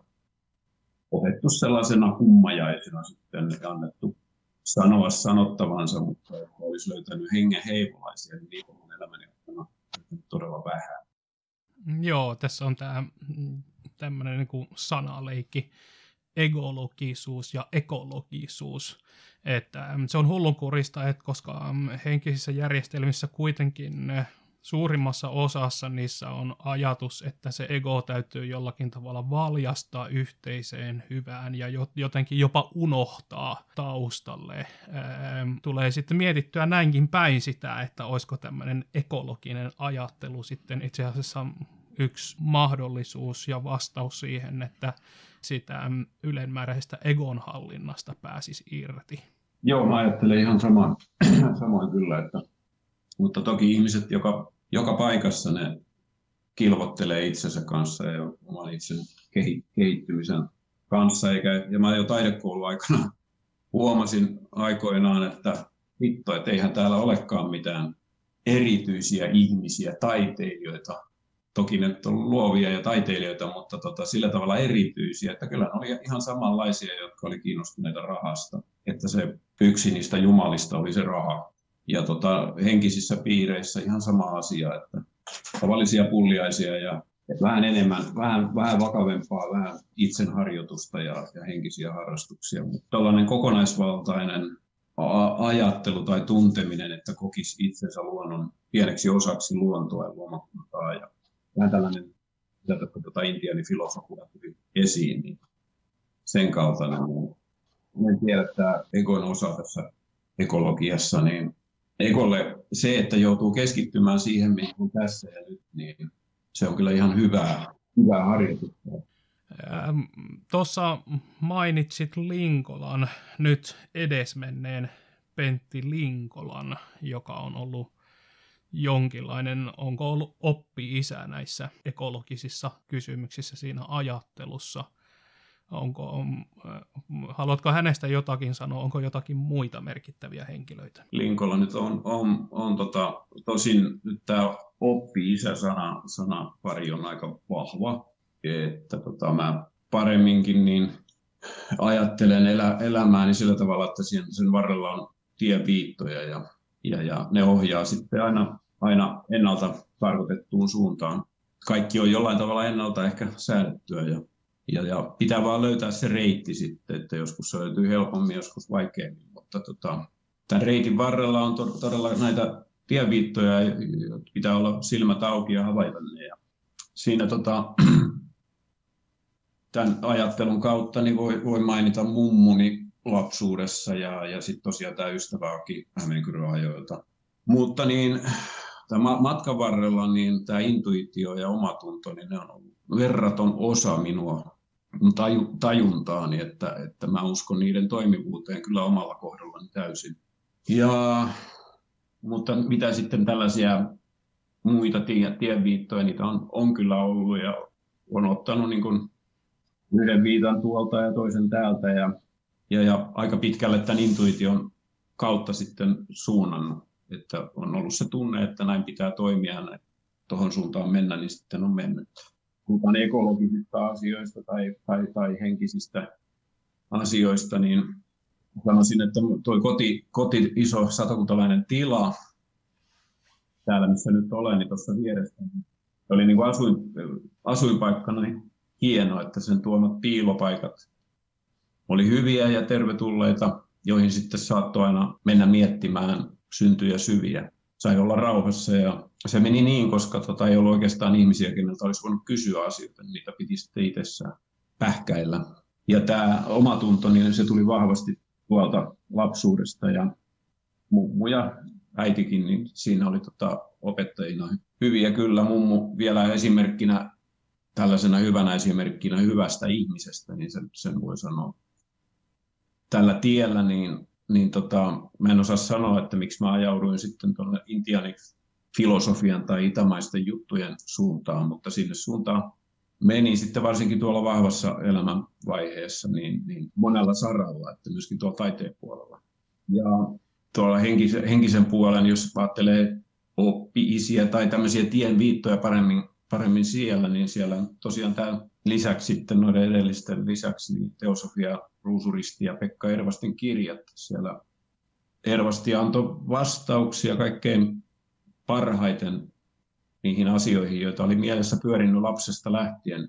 otettu sellaisena kummajaisena sitten ja annettu sanoa sanottavansa, mutta olisi löytänyt hengen heivolaisia, niin niitä on elämäni todella vähän. Joo, tässä on tämä tämmöinen niin kuin sanaleikki, egologisuus ja ekologisuus. Että se on hullunkurista, että koska henkisissä järjestelmissä kuitenkin suurimmassa osassa niissä on ajatus, että se ego täytyy jollakin tavalla valjastaa yhteiseen hyvään ja jotenkin jopa unohtaa taustalle. Tulee sitten mietittyä näinkin päin sitä, että olisiko tämmöinen ekologinen ajattelu sitten itse asiassa yksi mahdollisuus ja vastaus siihen, että sitä ylenmääräisestä egonhallinnasta pääsisi irti. Joo, mä ajattelen ihan samoin, samoin kyllä, että, mutta toki ihmiset joka, joka paikassa ne kilvottelee itsensä kanssa ja oman itsen kehittymisen kanssa. Eikä, ja mä jo taidekoulun aikana huomasin aikoinaan, että vittu, että eihän täällä olekaan mitään erityisiä ihmisiä, taiteilijoita. Toki ne on luovia ja taiteilijoita, mutta tota, sillä tavalla erityisiä, että kyllä ne oli ihan samanlaisia, jotka oli kiinnostuneita rahasta. Että se yksi niistä jumalista oli se raha. Ja tota, henkisissä piireissä ihan sama asia, että tavallisia pulliaisia ja vähän enemmän, vähän, vähän vakavempaa, vähän itsenharjoitusta ja, ja henkisiä harrastuksia. Mutta tällainen kokonaisvaltainen ajattelu tai tunteminen, että kokisi itsensä luonnon pieneksi osaksi luontoa ja luomakuntaa ja vähän tällainen, mitä tuota intiaanifilosofia tuli esiin, niin sen kaltainen. En tiedä, että egon osa tässä ekologiassa, niin egolle se, että joutuu keskittymään siihen, mihin on tässä ja nyt, niin se on kyllä ihan hyvää, hyvää harjoitusta. Ähm, Tuossa mainitsit Linkolan, nyt edesmenneen Pentti Linkolan, joka on ollut jonkinlainen, onko ollut oppi-isä näissä ekologisissa kysymyksissä siinä ajattelussa? Onko, on, haluatko hänestä jotakin sanoa, onko jotakin muita merkittäviä henkilöitä? Linkola nyt on, on, on tota, tosin nyt tämä oppi-isä-sana sana pari on aika vahva, että tota, mä paremminkin niin ajattelen elä, elämääni sillä tavalla, että sen, sen varrella on tieviittoja ja, ja, ja ne ohjaa sitten aina, aina ennalta tarkoitettuun suuntaan. Kaikki on jollain tavalla ennalta ehkä säädettyä ja Ja, ja pitää vaan löytää se reitti sitten, että joskus se löytyy helpommin, joskus vaikeammin. Mutta tota, tämän reitin varrella on to, todella näitä tieviittoja, pitää olla silmät auki ja havaita ne. Ja siinä tota, tämän ajattelun kautta niin voi, voi mainita mummuni lapsuudessa ja, ja sitten tosiaan tämä ystävä Aki Hämeenkyrön ajoilta. Mutta niin, tämän matkan varrella niin tämä intuitio ja omatunto, niin ne on ollut verraton osa minua taju, tajuntaani, että, että mä uskon niiden toimivuuteen kyllä omalla kohdallani täysin. Ja, mutta mitä sitten tällaisia muita tie, tienviittoja, niitä on, on kyllä ollut ja on ottanut niin kuin yhden viitan tuolta ja toisen täältä ja, ja, ja aika pitkälle tämän intuition kautta sitten suunnannut, että on ollut se tunne, että näin pitää toimia ja tuohon suuntaan mennä, niin sitten on mennyt. Puhutaan ekologisista asioista tai, tai, tai henkisistä asioista, niin sanoisin, että tuo koti, koti iso satakuntalainen tila, täällä missä nyt olen, niin tuossa vieressä, oli niin kuin asuin, asuinpaikkana niin hieno, että sen tuomat piilopaikat oli hyviä ja tervetulleita, joihin sitten saattoi aina mennä miettimään syntyjä syviä. Sai olla rauhassa ja se meni niin, koska tota, ei ollut oikeastaan ihmisiä, keneltä olisi voinut kysyä asioita, niin niitä piti sitten itsessään pähkäillä. Ja tämä omatunto, niin se tuli vahvasti tuolta lapsuudesta ja mummu ja äitikin, niin siinä oli tota, opettajina hyviä kyllä. Mummu vielä esimerkkinä, tällaisena hyvänä esimerkkinä hyvästä ihmisestä, niin sen, sen voi sanoa. Tällä tiellä niin niin tota, mä en osaa sanoa, että miksi mä ajauduin sitten tuonne intiaanifilosofian tai itämaisten juttujen suuntaan, mutta sinne suuntaan meni sitten varsinkin tuolla vahvassa elämänvaiheessa niin, niin monella saralla, että myöskin tuolla taiteen puolella. Ja tuolla henkisen, henkisen puolen, jos ajattelee oppi-isiä tai tämmöisiä tienviittoja paremmin, paremmin siellä, niin siellä tosiaan tämä lisäksi sitten noiden edellisten lisäksi niin Teosofia Ruusuristi ja Pekka Ervastin kirjat. Siellä Ervasti antoi vastauksia kaikkein parhaiten niihin asioihin, joita oli mielessä pyörinyt lapsesta lähtien.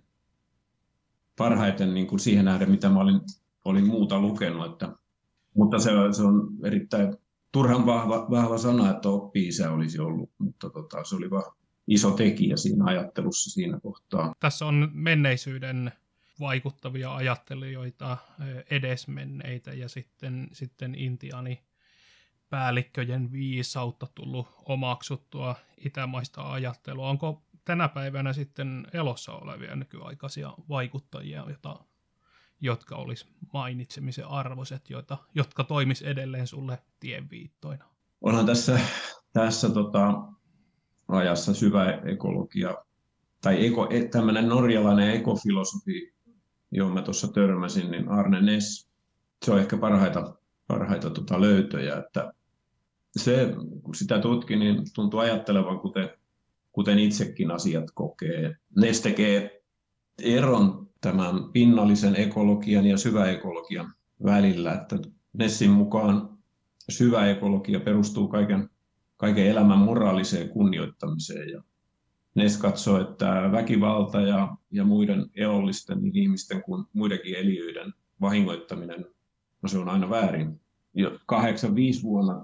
Parhaiten niin kuin siihen nähden, mitä mä olin, olin muuta lukenut. Että, mutta se, se on erittäin turhan vahva, vahva sana, että oppi-isä olisi ollut, mutta tota, se oli vahva, iso tekijä siinä ajattelussa siinä kohtaa. Tässä on menneisyyden vaikuttavia ajattelijoita, edesmenneitä ja sitten, sitten intiaani päällikköjen viisautta tullut omaksuttua itämaista ajattelua. Onko tänä päivänä sitten elossa olevia nykyaikaisia vaikuttajia, jota, jotka olisi mainitsemisen arvoiset, joita, jotka toimis edelleen sulle tienviittoina? Onhan tässä, tässä tota, ajassa syvä ekologia, tai eko, tämmöinen norjalainen ekofilosofi, johon mä tuossa törmäsin, niin Arne Ness. Se on ehkä parhaita, parhaita tota löytöjä, että se, kun sitä tutki, niin tuntuu ajattelevan, kuten, kuten itsekin asiat kokee. Ness tekee eron tämän pinnallisen ekologian ja syväekologian välillä, että Nessin mukaan syvä ekologia perustuu kaiken, kaiken elämän moraaliseen kunnioittamiseen. Ja Ness katsoo, että väkivalta ja, ja muiden eollisten niin ihmisten kuin muidenkin eliöiden vahingoittaminen, no se on aina väärin. Jo kahdeksankymmentäviisi vuonna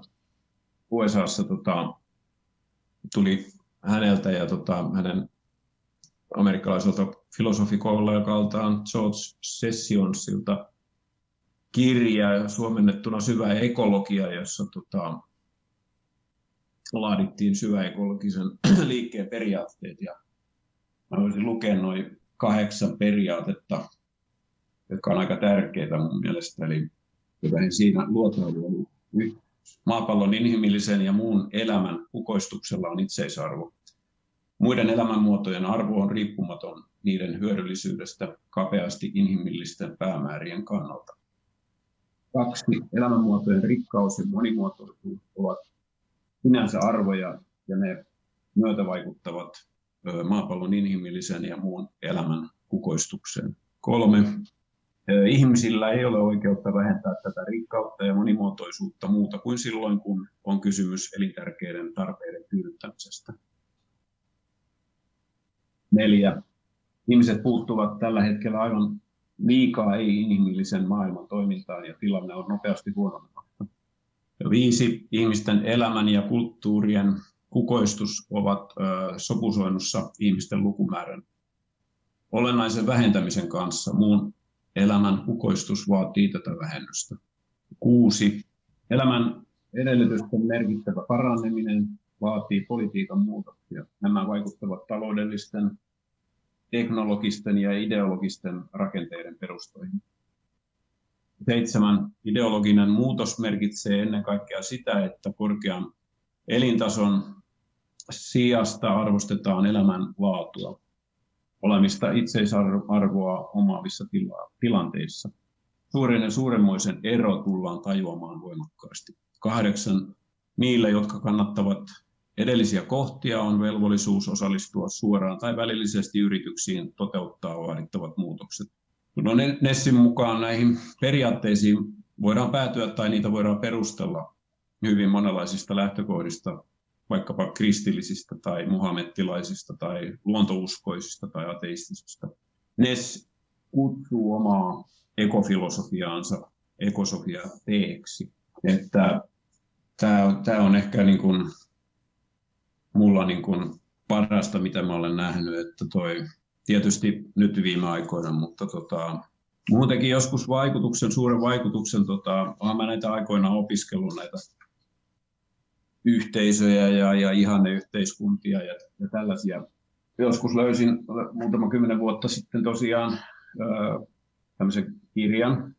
U S A:ssa tota, tuli häneltä ja tota, hänen amerikkalaiselta filosofikollegaltaan George Sessionsilta kirja suomennettuna Syvä ekologia, jossa tota, laadittiin syväekologisen liikkeen periaatteet. Ja mä voisin lukea noin kahdeksan periaatetta, jotka on aika tärkeitä mun mielestä. Eli siinä luotailu maapallon inhimillisen ja muun elämän kukoistuksella on itseisarvo. Muiden elämänmuotojen arvo on riippumaton niiden hyödyllisyydestä kapeasti inhimillisten päämäärien kannalta. Kaksi. Elämänmuotojen rikkaus ja monimuotoisuus ovat sinänsä arvoja ja ne myötävaikuttavat maapallon inhimillisen ja muun elämän kukoistukseen. Kolme. Ihmisillä ei ole oikeutta vähentää tätä rikkautta ja monimuotoisuutta muuta kuin silloin, kun on kysymys elintärkeiden tarpeiden tyydyttämisestä. Neljä. Ihmiset puuttuvat tällä hetkellä aivan liikaa ei-inhimillisen maailman toimintaan ja tilanne on nopeasti huononematta. Ja viisi. Ihmisten elämän ja kulttuurien kukoistus ovat ö, sopusoinnussa ihmisten lukumäärän olennaisen vähentämisen kanssa. Muun elämän kukoistus vaatii tätä vähennystä. Kuusi. Elämän edellytysten merkittävä paraneminen vaatii politiikan muutoksia. Nämä vaikuttavat taloudellisten, teknologisten ja ideologisten rakenteiden perustoihin. Seitsemän. Ideologinen muutos merkitsee ennen kaikkea sitä, että korkean elintason sijasta arvostetaan elämän laatua, olemista itseisarvoa omaavissa tila- tilanteissa. Suuren ja suuremmoisen ero tullaan tajuamaan voimakkaasti. Kahdeksan. Niillä, jotka kannattavat edellisiä kohtia, on velvollisuus osallistua suoraan tai välillisesti yrityksiin toteuttaa vaadittavat muutokset. No Nessin mukaan näihin periaatteisiin voidaan päätyä tai niitä voidaan perustella hyvin monenlaisista lähtökohdista, vaikkapa kristillisistä tai muhammettilaisista tai luontouskoisista tai ateistisista. Ness kutsuu omaa ekofilosofiaansa ekosofia-teeksi. Että tämä on, tämä on ehkä niin kuin mulla niin kuin parasta, mitä mä olen nähnyt, että toi tietysti nyt viime aikoina, mutta tota, muutenkin joskus vaikutuksen, suuren vaikutuksen, tota, olen mä näitä aikoina opiskellut näitä yhteisöjä ja, ja ihanneyhteiskuntia ja, ja tällaisia. Joskus löysin muutama kymmenen vuotta sitten tosiaan ää, tämmöisen kirjan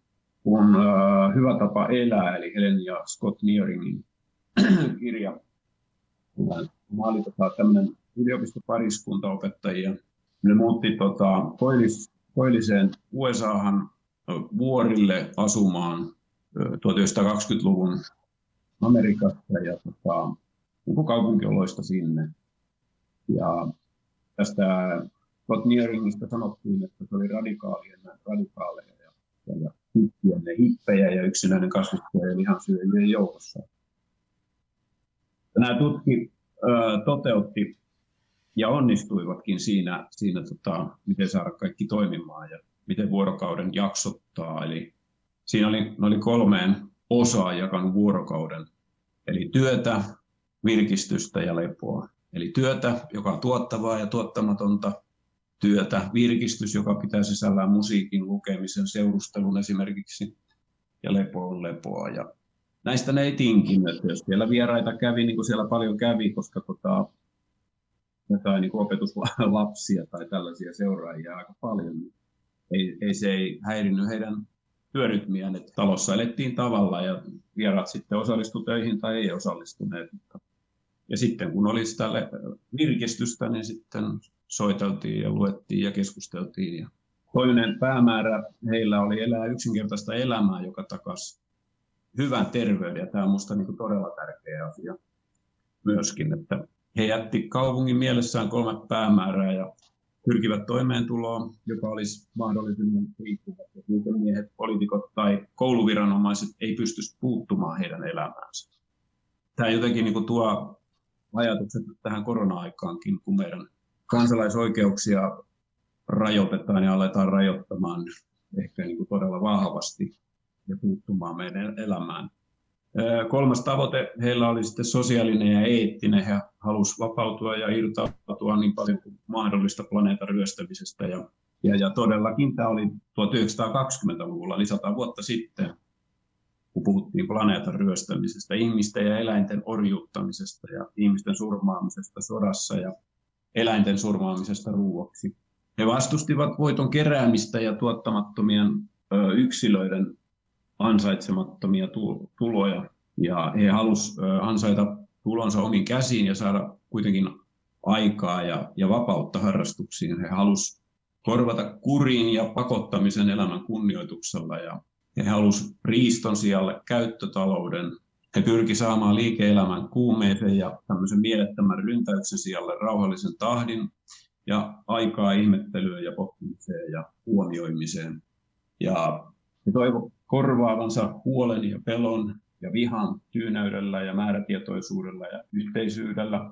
kun uh, Hyvä tapa elää, eli Helen ja Scott Nearingin kirja. Mä olin tota, tämmöinen yliopistopariskuntaopettajia. Ne muutti tota, Koillis, Koilliseen U S A:han vuorille asumaan tuhatyhdeksänsataakaksikymmentäluvun Amerikassa ja tota, niin kaupunkioloista sinne. Ja tästä Scott Nearingista sanottiin, että se oli radikaalien radikaaleja ja, ja hippien ja hippejä ja yksinäinen kasvittaja ja lihansyöjien joukossa. Ja nämä tutki ö, toteutti ja onnistuivatkin siinä, siinä tota, miten saada kaikki toimimaan ja miten vuorokauden jaksottaa. Eli siinä oli, oli kolmeen osaan jakanut vuorokauden. Eli työtä, virkistystä ja lepoa. Eli työtä, joka on tuottavaa ja tuottamatonta. Työtä, virkistys, joka pitää sisällään musiikin, lukemisen, seurustelun esimerkiksi. Ja lepo on lepoa. Ja näistä ne ei tinkinyt. Jos siellä vieraita kävi, niin kuin siellä paljon kävi, koska tota, jotain niin opetuslapsia tai tällaisia seuraajia aika paljon, niin ei, ei se ei häirinnyt heidän työrytmiään, että talossa elettiin tavalla ja vieraat sitten osallistuivat töihin tai ei osallistuneet. Ja sitten kun oli sitä virkistystä, niin sitten soiteltiin ja luettiin ja keskusteltiin. Ja toinen päämäärä heillä oli elää yksinkertaista elämää, joka takasi hyvän terveyden. Ja tämä on minusta niin kuin todella tärkeä asia myöskin, että he jätti kaupungin mielessään kolme päämäärää ja pyrkivät toimeentuloon, joka olisi mahdollisimman riippuvat. Ja miehet, poliitikot tai kouluviranomaiset ei pystyisi puuttumaan heidän elämäänsä. Tämä jotenkin niin kuin tuo ajatukset tähän korona-aikaankin, kun meidän kansalaisoikeuksia rajoitetaan ja aletaan rajoittamaan ehkä niin kuin todella vahvasti ja puuttumaan meidän elämään. Kolmas tavoite heillä oli sitten sosiaalinen ja eettinen. He halusivat vapautua ja irtautua niin paljon kuin mahdollista planeetan ryöstämisestä. Ja, ja, ja todellakin tämä oli tuhatyhdeksänsataakaksikymmentäluvulla, eli sata vuotta sitten, kun puhuttiin planeetan ryöstämisestä, ihmisten ja eläinten orjuuttamisesta ja ihmisten surmaamisesta sodassa ja eläinten surmaamisesta ruuaksi. He vastustivat voiton keräämistä ja tuottamattomien ö, yksilöiden ansaitsemattomia tuloja, ja he halusivat ansaita tulonsa omin käsiin ja saada kuitenkin aikaa ja, ja vapautta harrastuksiin. He halusivat korvata kurin ja pakottamisen elämän kunnioituksella, ja he halusivat riiston sijalle käyttötalouden. He pyrkivät saamaan liike-elämän kuumeisen ja tämmöisen mielettömän ryntäyksen sijalle rauhallisen tahdin ja aikaa ihmettelyyn ja pohtimiseen ja huomioimiseen. Ja he toivovat korvaavansa huolen ja pelon ja vihan tyynäydellä ja määrätietoisuudella ja yhteisyydellä.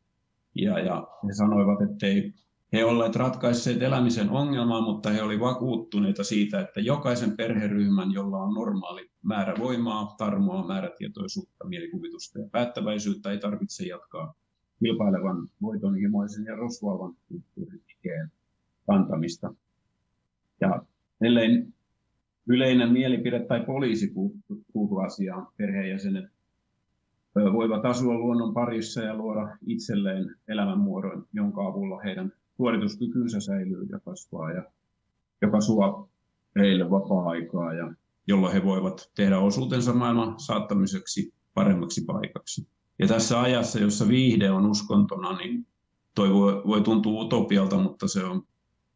Ja, ja he sanoivat, ettei he olleet ratkaisseet elämisen ongelmaa, mutta he olivat vakuuttuneita siitä, että jokaisen perheryhmän, jolla on normaali määrä voimaa, tarmoa, määrätietoisuutta, mielikuvitusta ja päättäväisyyttä, ei tarvitse jatkaa kilpailevan voitonhimoisen ja rosvoavan kulttuurin ikeen kantamista. Ja ellei yleinen mielipide tai poliisi puuttuu asiaan, perheenjäsenet voivat asua luonnon parissa ja luoda itselleen elämänmuodon, jonka avulla heidän suorituskykynsä säilyy ja kasvaa, ja joka suo heille vapaa-aikaa, ja jolloin he voivat tehdä osuutensa maailman saattamiseksi paremmaksi paikaksi. Ja tässä ajassa, jossa viihde on uskontona, niin toi voi, voi tuntua utopialta, mutta se on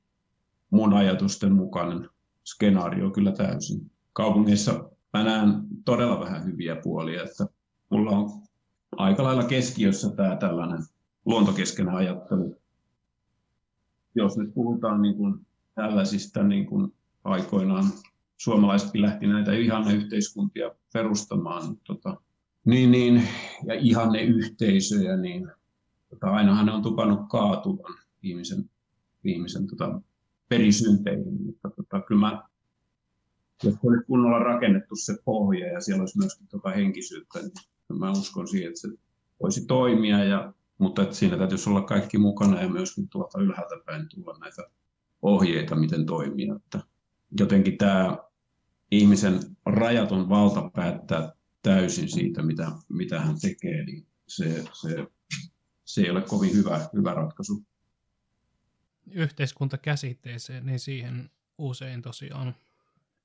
mun ajatusten mukainen skenaario kyllä täysin. Kaupungeissa mä näen todella vähän hyviä puolia, että mulla on aika lailla keskiössä tämä tällainen luontokeskeinen ajattelu. Jos nyt puhutaan niin kuin tällaisista niin kuin aikoinaan suomalaisetkin lähti näitä ihanneyhteiskuntia perustamaan, niin, tota, niin, niin, ja ihanneyhteisöjä, niin tota, ainahan ne on tupannut kaatuvan ihmisen, ihmisen tota, perisynteihin, mutta tota, kyllä mä, jos olisi kunnolla rakennettu se pohja ja siellä olisi myöskin tota henkisyyttä, niin mä uskon siihen, että se voisi toimia, ja, mutta että siinä täytyisi olla kaikki mukana ja myöskin tuolta ylhäältä päin tulla näitä ohjeita, miten toimia. Että jotenkin tämä ihmisen rajaton valta päättää täysin siitä, mitä, mitä hän tekee, niin se, se, se ei ole kovin hyvä, hyvä ratkaisu. Yhteiskuntakäsitteeseen, niin siihen usein tosiaan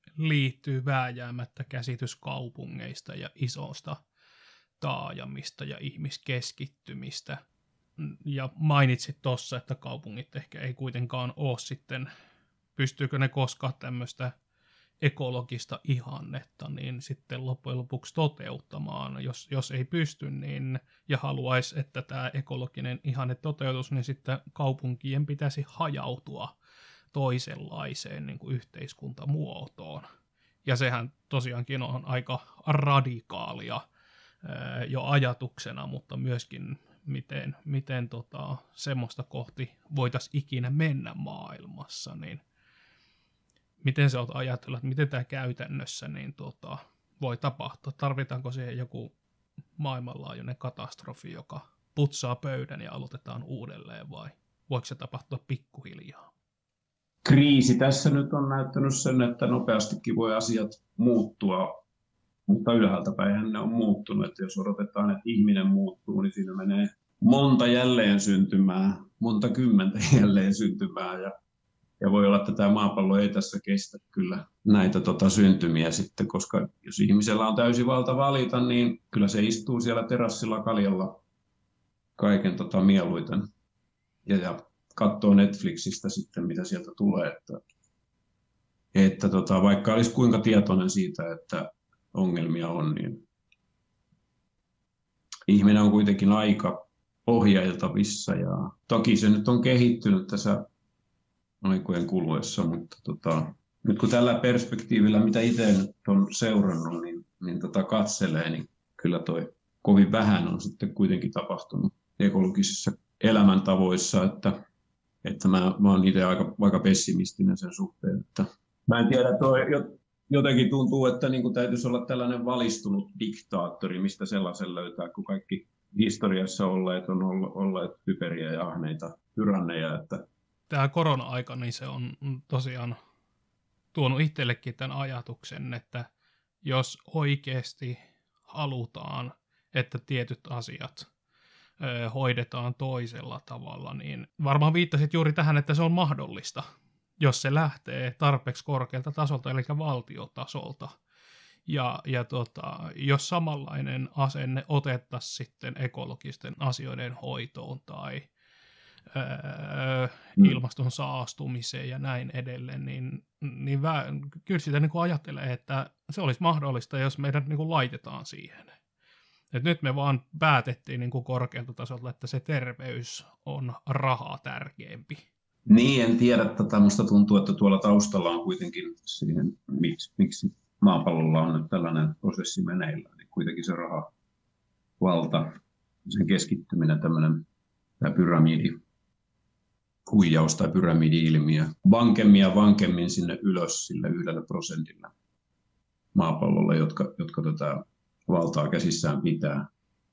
liittyy vääjäämättä käsitys kaupungeista ja isosta taajamista ja ihmiskeskittymistä. Ja mainitsit tuossa, että kaupungit ehkä ei kuitenkaan ole sitten, pystyykö ne koskaan tämmöistä ekologista ihannetta, niin sitten loppujen lopuksi toteuttamaan. Jos, jos ei pysty niin, ja haluaisi, että tämä ekologinen ihanne toteutus, niin sitten kaupunkien pitäisi hajautua toisenlaiseen niin kuin yhteiskuntamuotoon. Ja sehän tosiaankin on aika radikaalia ää, jo ajatuksena, mutta myöskin miten, miten tota, semmoista kohti voitaisiin ikinä mennä maailmassa, niin miten sä oot ajatellut, että miten tämä käytännössä niin tota, voi tapahtua? Tarvitaanko siihen joku maailmanlaajuinen katastrofi, joka putsaa pöydän ja aloitetaan uudelleen, vai voiko se tapahtua pikkuhiljaa? Kriisi tässä nyt on näyttänyt sen, että nopeastikin voi asiat muuttua, mutta ylhäältä päin ne on muuttunut. Että jos odotetaan, että ihminen muuttuu, niin siinä menee monta jälleen syntymää, monta kymmentä jälleen syntymää. Ja, ja voi olla, että tämä maapallo ei tässä kestä kyllä näitä tota, syntymiä sitten, koska jos ihmisellä on täysi valta valita, niin kyllä se istuu siellä terassilla kaljalla kaiken tota, mieluiten. Ja, ja katsoo Netflixistä sitten, mitä sieltä tulee. Että, että tota, vaikka olisi kuinka tietoinen siitä, että ongelmia on, niin ihminen on kuitenkin aika ohjailtavissa. Ja toki se nyt on kehittynyt tässä aikojen kuluessa, mutta tota, nyt kun tällä perspektiivillä, mitä itse nyt on seurannut, niin, niin tota katselee, niin kyllä toi kovin vähän on sitten kuitenkin tapahtunut ekologisissa elämäntavoissa, että että mä, mä oon itse aika, aika pessimistinen sen suhteen. Että mä en tiedä, toi jotenkin tuntuu, että niin kuin täytyisi olla tällainen valistunut diktaattori, mistä sellaisen löytää, kun kaikki historiassa olleet on olleet typeriä ja ahneita tyranneja. Että tämä korona-aika, niin se on tosiaan tuonut itsellekin tämän ajatuksen, että jos oikeasti halutaan, että tietyt asiat hoidetaan toisella tavalla, niin varmaan viittasit juuri tähän, että se on mahdollista, jos se lähtee tarpeeksi korkealta tasolta, eli valtiotasolta. Ja, ja tota, jos samanlainen asenne otettaisiin sitten ekologisten asioiden hoitoon tai öö, mm. ilmaston saastumiseen ja näin edelleen, niin, niin vä, kyllä sitä niin kuin ajattelee, että se olisi mahdollista, jos meidät niin kuin laitetaan siihen. Et nyt me vaan päätettiin niin kuin korkealta tasolta, että se terveys on rahaa tärkeämpi. Niin, en tiedä. Tätä musta tuntuu, että tuolla taustalla on kuitenkin siihen, miksi, miksi maapallolla on nyt tällainen prosessi meneillään. Niin kuitenkin se raha, valta, sen keskittyminen, tämmöinen tämä pyramidi, huijaus tai pyramidi-ilmiö, vankemmin ja vankemmin sinne ylös sille yhdellä prosentilla maapallolla, jotka, jotka tätä valtaa käsissään pitää.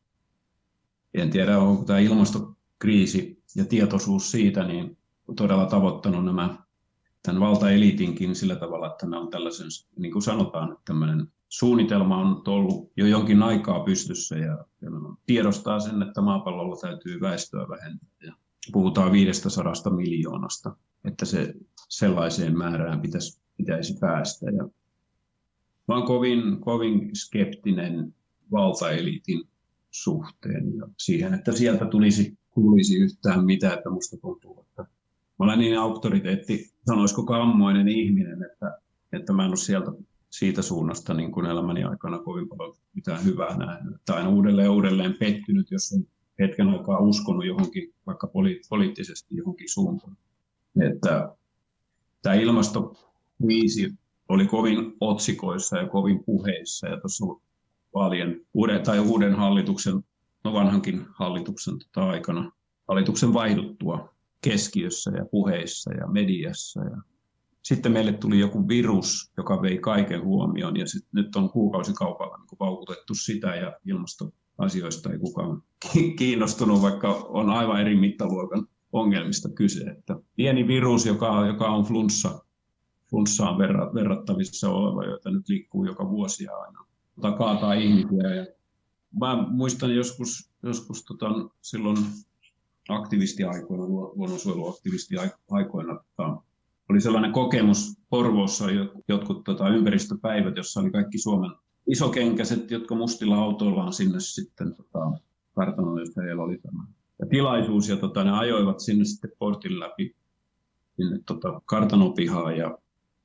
En tiedä, onko tämä ilmastokriisi ja tietoisuus siitä niin todella tavoittanut nämä, tämän valtaeliitinkin sillä tavalla, että nämä on tällaisen, niin kuin sanotaan, tämmöinen suunnitelma on ollut jo jonkin aikaa pystyssä ja, ja tiedostaa sen, että maapallolla täytyy väestöä vähentää. Ja puhutaan viisisataa miljoonasta, että se sellaiseen määrään pitäisi, pitäisi päästä. Ja mä olen kovin, kovin skeptinen valtaeliitin suhteen ja siihen, että sieltä tulisi, tulisi yhtään mitään, että musta tuntuu, että mä olen niin auktoriteetti, sanoisiko kammoinen ihminen, että, että mä en ole sieltä, siitä suunnasta niin kuin elämäni aikana kovin paljon mitään hyvää nähnyt. Tai aina uudelleen ja uudelleen pettynyt, jos on hetken aikaa uskonut johonkin, vaikka poli- poliittisesti johonkin suuntaan. Että tämä ilmastokriisi oli kovin otsikoissa ja kovin puheissa ja tuossa vaalien uuden, tai uuden hallituksen, no vanhankin hallituksen tota aikana, hallituksen vaihduttua keskiössä ja puheissa ja mediassa. Ja sitten meille tuli joku virus, joka vei kaiken huomioon ja sit nyt on kuukausikaupalla niin paukutettu sitä ja ilmastoasioista ei kukaan kiinnostunut, vaikka on aivan eri mittaluokan ongelmista kyse. Että pieni virus, joka, joka on flunssa, flunssaan verrattavissa oleva, joita nyt liikkuu joka vuosi aina. Kaataa ihmisiä. Ja mä muistan joskus, joskus tota, silloin aktivistiaikoina, luonnonsuojeluaktivistiaikoina, tota, oli sellainen kokemus Porvoossa, jotkut tota, ympäristöpäivät, jossa oli kaikki Suomen isokenkäiset, jotka mustilla autoillaan sinne sitten tota, kartanolle, jossa heillä oli tämä ja tilaisuus, ja tota, ne ajoivat sinne sitten portin läpi sinne tota, kartanopihaan, ja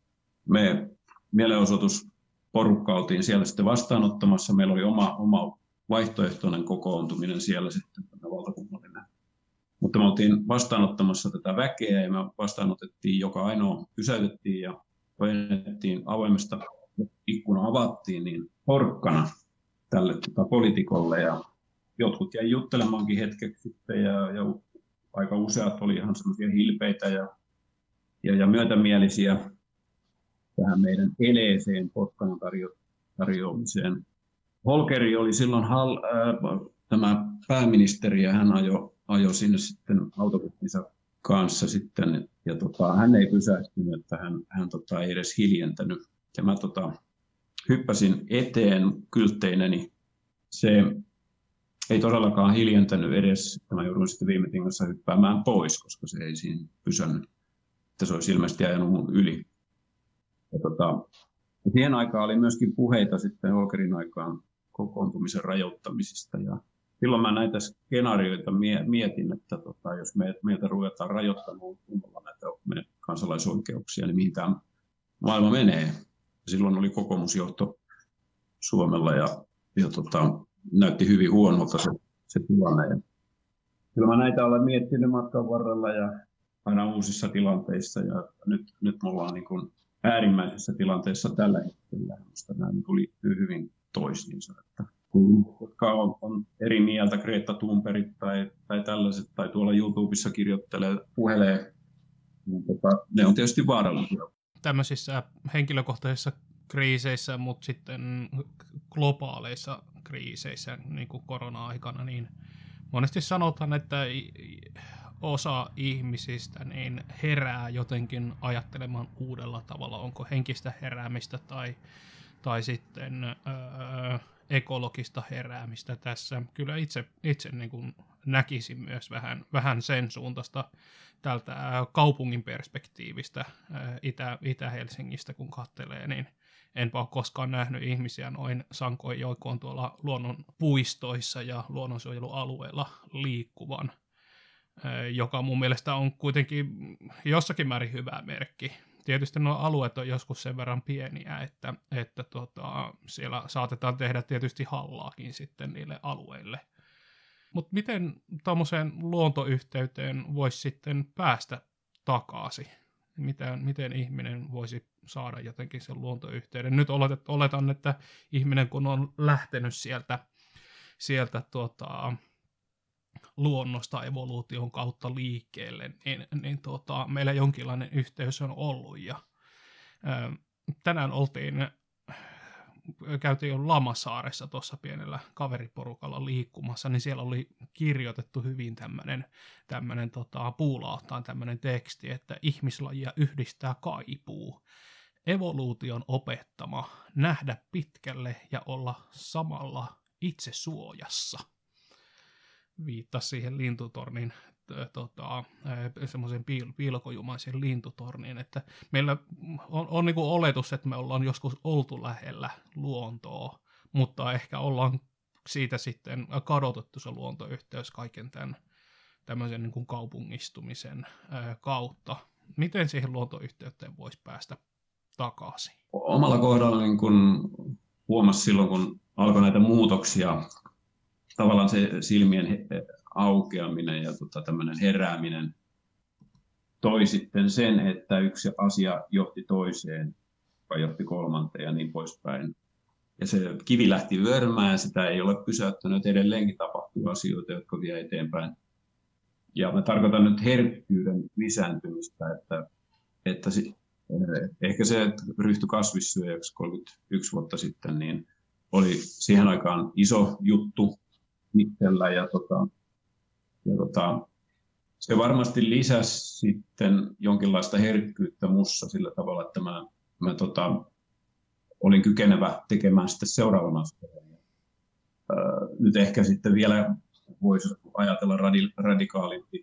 me mielenosoitusporukka oltiin siellä sitten vastaanottamassa. Meillä oli oma, oma vaihtoehtoinen kokoontuminen siellä sitten valtakunnallinen. Mutta me oltiin vastaanottamassa tätä väkeä ja me vastaanotettiin, joka ainoa pysäytettiin ja ojennettiin avoimesta ikkuna avattiin, niin porkkana tälle tota, poliitikolle. Ja jotkut jäi juttelemaankin hetkeksi sitten ja, ja aika useat oli ihan semmoisia hilpeitä ja, ja, ja myötämielisiä tähän meidän eleeseen porkkanan tarjo- tarjoamiseen. Holkeri oli silloin hal, äh, tämä pääministeri ja hän ajoi ajo sinne sitten autobussinsa kanssa sitten ja tota, hän ei pysähtynyt, että hän, hän tota, ei edes hiljentänyt. Ja mä tota, hyppäsin eteen kyltteineni. Se ei todellakaan hiljentänyt edes, mä joudun sitten viime tingassa hyppäämään pois, koska se ei siinä pysänyt. Että se olisi ilmeisesti ajanut mun yli. Ja tota, siihen aikaan oli myöskin puheita sitten Holkerin aikaan kokoontumisen rajoittamisista. Ja silloin mä näitä skenaarioita mietin, että tota, jos meiltä ruvetaan rajoittamaan kunnolla näitä meidän kansalaisoikeuksia, niin mihin tämä maailma menee. Ja silloin oli kokoomusjohto Suomella ja, ja tota, näytti hyvin huonolta se, se tilanne. Ja kyllä mä näitä olen miettinyt matkan varrella ja aina uusissa tilanteissa. Ja nyt, nyt me ollaan niin kuin äärimmäisessä tilanteessa tällä hetkellä. Minusta nämä niin liittyy hyvin toisiinsa. Että jotka on, on eri mieltä, Greta Thunberg tai, tai tällaiset, tai tuolla YouTubessa kirjoittelee, puhelee, niin tota, ne on tietysti vaarallisia. Tämmöisissä henkilökohtaisissa kriiseissä, mutta sitten globaaleissa kriiseissä, niin kuin korona-aikana, niin monesti sanotaan, että osa ihmisistä niin herää jotenkin ajattelemaan uudella tavalla, onko henkistä heräämistä tai, tai sitten öö, ekologista heräämistä tässä. Kyllä itse, itse niin kuin näkisin myös vähän, vähän sen suuntaista tältä kaupungin perspektiivistä Itä, Itä-Helsingistä, kun katselee, niin enpä ole koskaan nähnyt ihmisiä noin sankoin joukkoon tuolla luonnon puistoissa ja luonnonsuojelualueilla liikkuvan, joka mun mielestä on kuitenkin jossakin määrin hyvä merkki. Tietysti nuo alueet on joskus sen verran pieniä, että, että tota, siellä saatetaan tehdä tietysti hallaakin sitten niille alueille. Mutta miten tuommoiseen luontoyhteyteen voisi sitten päästä takaisin? Miten, miten ihminen voisi saada jotenkin sen luontoyhteyden? Nyt oletet, oletan, että ihminen kun on lähtenyt sieltä, sieltä tuota, luonnosta evoluution kautta liikkeelle, niin, niin tuota, meillä jonkinlainen yhteys on ollut. Ja, ää, tänään oltiin, käytiin jo Lamasaaressa tuossa pienellä kaveriporukalla liikkumassa, niin siellä oli kirjoitettu hyvin tämmöinen tämmöinen tota, puulaahtaan tämmöinen teksti, että ihmislajia yhdistää kaipuu. Evoluution opettama, nähdä pitkälle ja olla samalla itse suojassa. Viittasi siihen lintutornin, tota, semmoisen piil- piilokojumaisen lintutorniin, että meillä on, on niin kuin oletus, että me ollaan joskus oltu lähellä luontoa, mutta ehkä ollaan siitä sitten kadotettu se luontoyhteys kaiken tämän tämmöisen niin kuin kaupungistumisen ää, kautta. Miten siihen luontoyhteyteen voisi päästä takaisin? Omalla kohdalla niin kun huomasi silloin, kun alkoi näitä muutoksia, tavallaan se silmien aukeaminen ja tota, tämmöinen herääminen toi sitten sen, että yksi asia johti toiseen, joka johti kolmanteen ja niin poispäin. Ja se kivi lähti vyörymään ja sitä ei ole pysäyttänyt. Edelleenkin tapahtuu asioita, jotka vie eteenpäin. Ja mä tarkoitan nyt herkkyyden lisääntymistä, että, että si, ehkä se, että ryhtyi kasvissyöjäksi kolmekymmentäyksi vuotta sitten, niin oli siihen aikaan iso juttu itsellä ja, tota, ja tota, se varmasti lisäsi sitten jonkinlaista herkkyyttä mussa sillä tavalla, että mä, mä tota, olin kykenevä tekemään sitten seuraavan askeleen. Öö, nyt ehkä sitten vielä voisi ajatella radi, radikaalimpi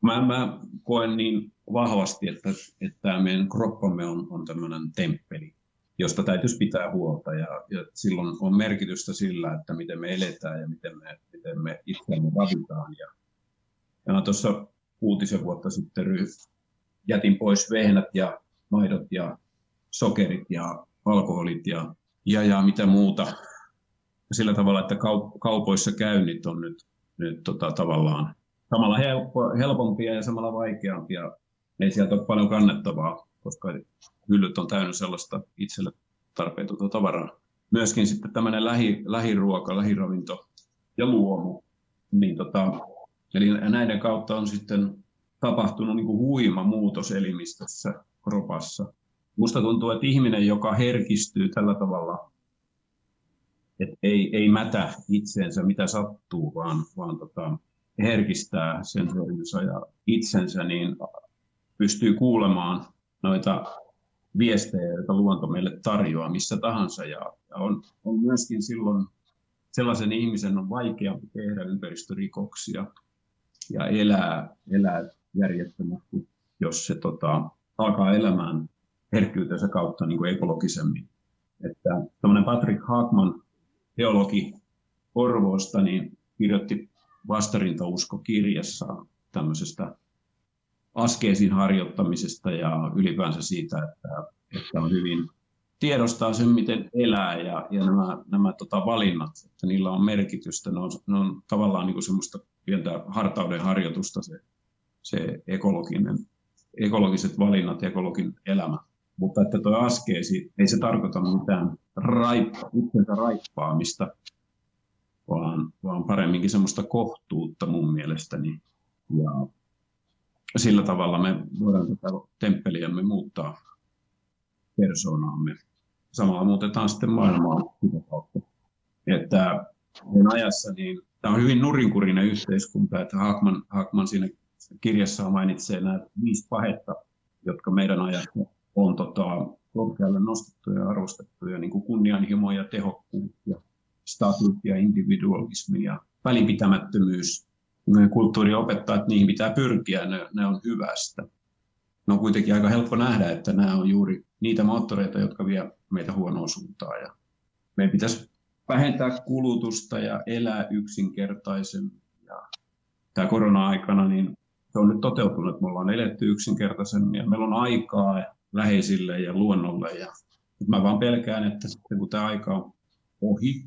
Mä, mä koen niin vahvasti, että, että tämä meidän kroppamme on, on tämmöinen temppeli, josta täytyisi pitää huolta. Ja, ja silloin on merkitystä sillä, että miten me eletään ja miten me, miten me itseämme ravitaan. Ja, ja tuossa kuutisen vuotta sitten jätin pois vehnät ja maidot ja sokerit ja alkoholit ja, ja, ja mitä muuta. Sillä tavalla, että kaupoissa käynnit on nyt, nyt tota, tavallaan samalla helppo, helpompia ja samalla vaikeampia. Ei sieltä ole paljon kannettavaa, koska hyllyt on täynnä sellaista itselle tarpeetonta tavaraa. Myöskin sitten tämmöinen lähi, lähiruoka, lähiravinto ja luomu. Niin tota, eli näiden kautta on sitten tapahtunut niin kuin huima muutos elimistössä, kropassa. Musta tuntuu, että ihminen, joka herkistyy tällä tavalla, että ei, ei mätä itseensä mitä sattuu, vaan, vaan tota, herkistää sensorinsa ja itsensä, niin pystyy kuulemaan noita viestejä, joita luonto meille tarjoaa missä tahansa. Ja on, on myöskin silloin sellaisen ihmisen on vaikeampi tehdä ympäristörikoksia ja elää, elää järjettömästi, jos se tota, alkaa elämään herkkyytensä kautta niin kuin ekologisemmin. Että tämmöinen Patrick Hagman, teologi Porvoosta, niin kirjoitti vastarintausko-kirjassaan tämmöisestä askeesin harjoittamisesta ja ylipäänsä siitä, että, että on hyvin tiedostaa sen, miten elää ja, ja nämä, nämä tota, valinnat, että niillä on merkitystä. Ne on, ne on tavallaan niin kuin semmoista pientä hartauden harjoitusta se, se ekologinen, ekologiset valinnat ja ekologinen elämä. Mutta että tuo askeesi ei se tarkoita mitään raippa, itsensä raippaamista, vaan, vaan paremminkin semmoista kohtuutta mun mielestäni. Ja sillä tavalla me voidaan tätä temppeliämme muuttaa persoonaamme. Samalla muutetaan sitten maailmaa sitä kautta. Että ajassa niin tämä on hyvin nurinkurinen yhteiskunta, että Hagman, Hagman siinä kirjassaan mainitsee nämä viisi pahetta, jotka meidän ajassa on tota, korkealle nostettuja ja arvostettuja, niin kuin kunnianhimo ja tehokkuus ja status ja individualismi ja välinpitämättömyys. Meidän kulttuuri opettaa, että niihin pitää pyrkiä, ne, ne on hyvästä. Ne on kuitenkin aika helppo nähdä, että nämä on juuri niitä moottoreita, jotka vie meitä huonoon suuntaan. Ja meidän pitäisi vähentää kulutusta ja elää yksinkertaisemmin. Ja tämä korona-aikana niin se on nyt toteutunut, että me ollaan eletty yksinkertaisemmin ja meillä on aikaa läheisille ja luonnolle. Ja mä vaan pelkään, että sitten kun tämä aika on ohi,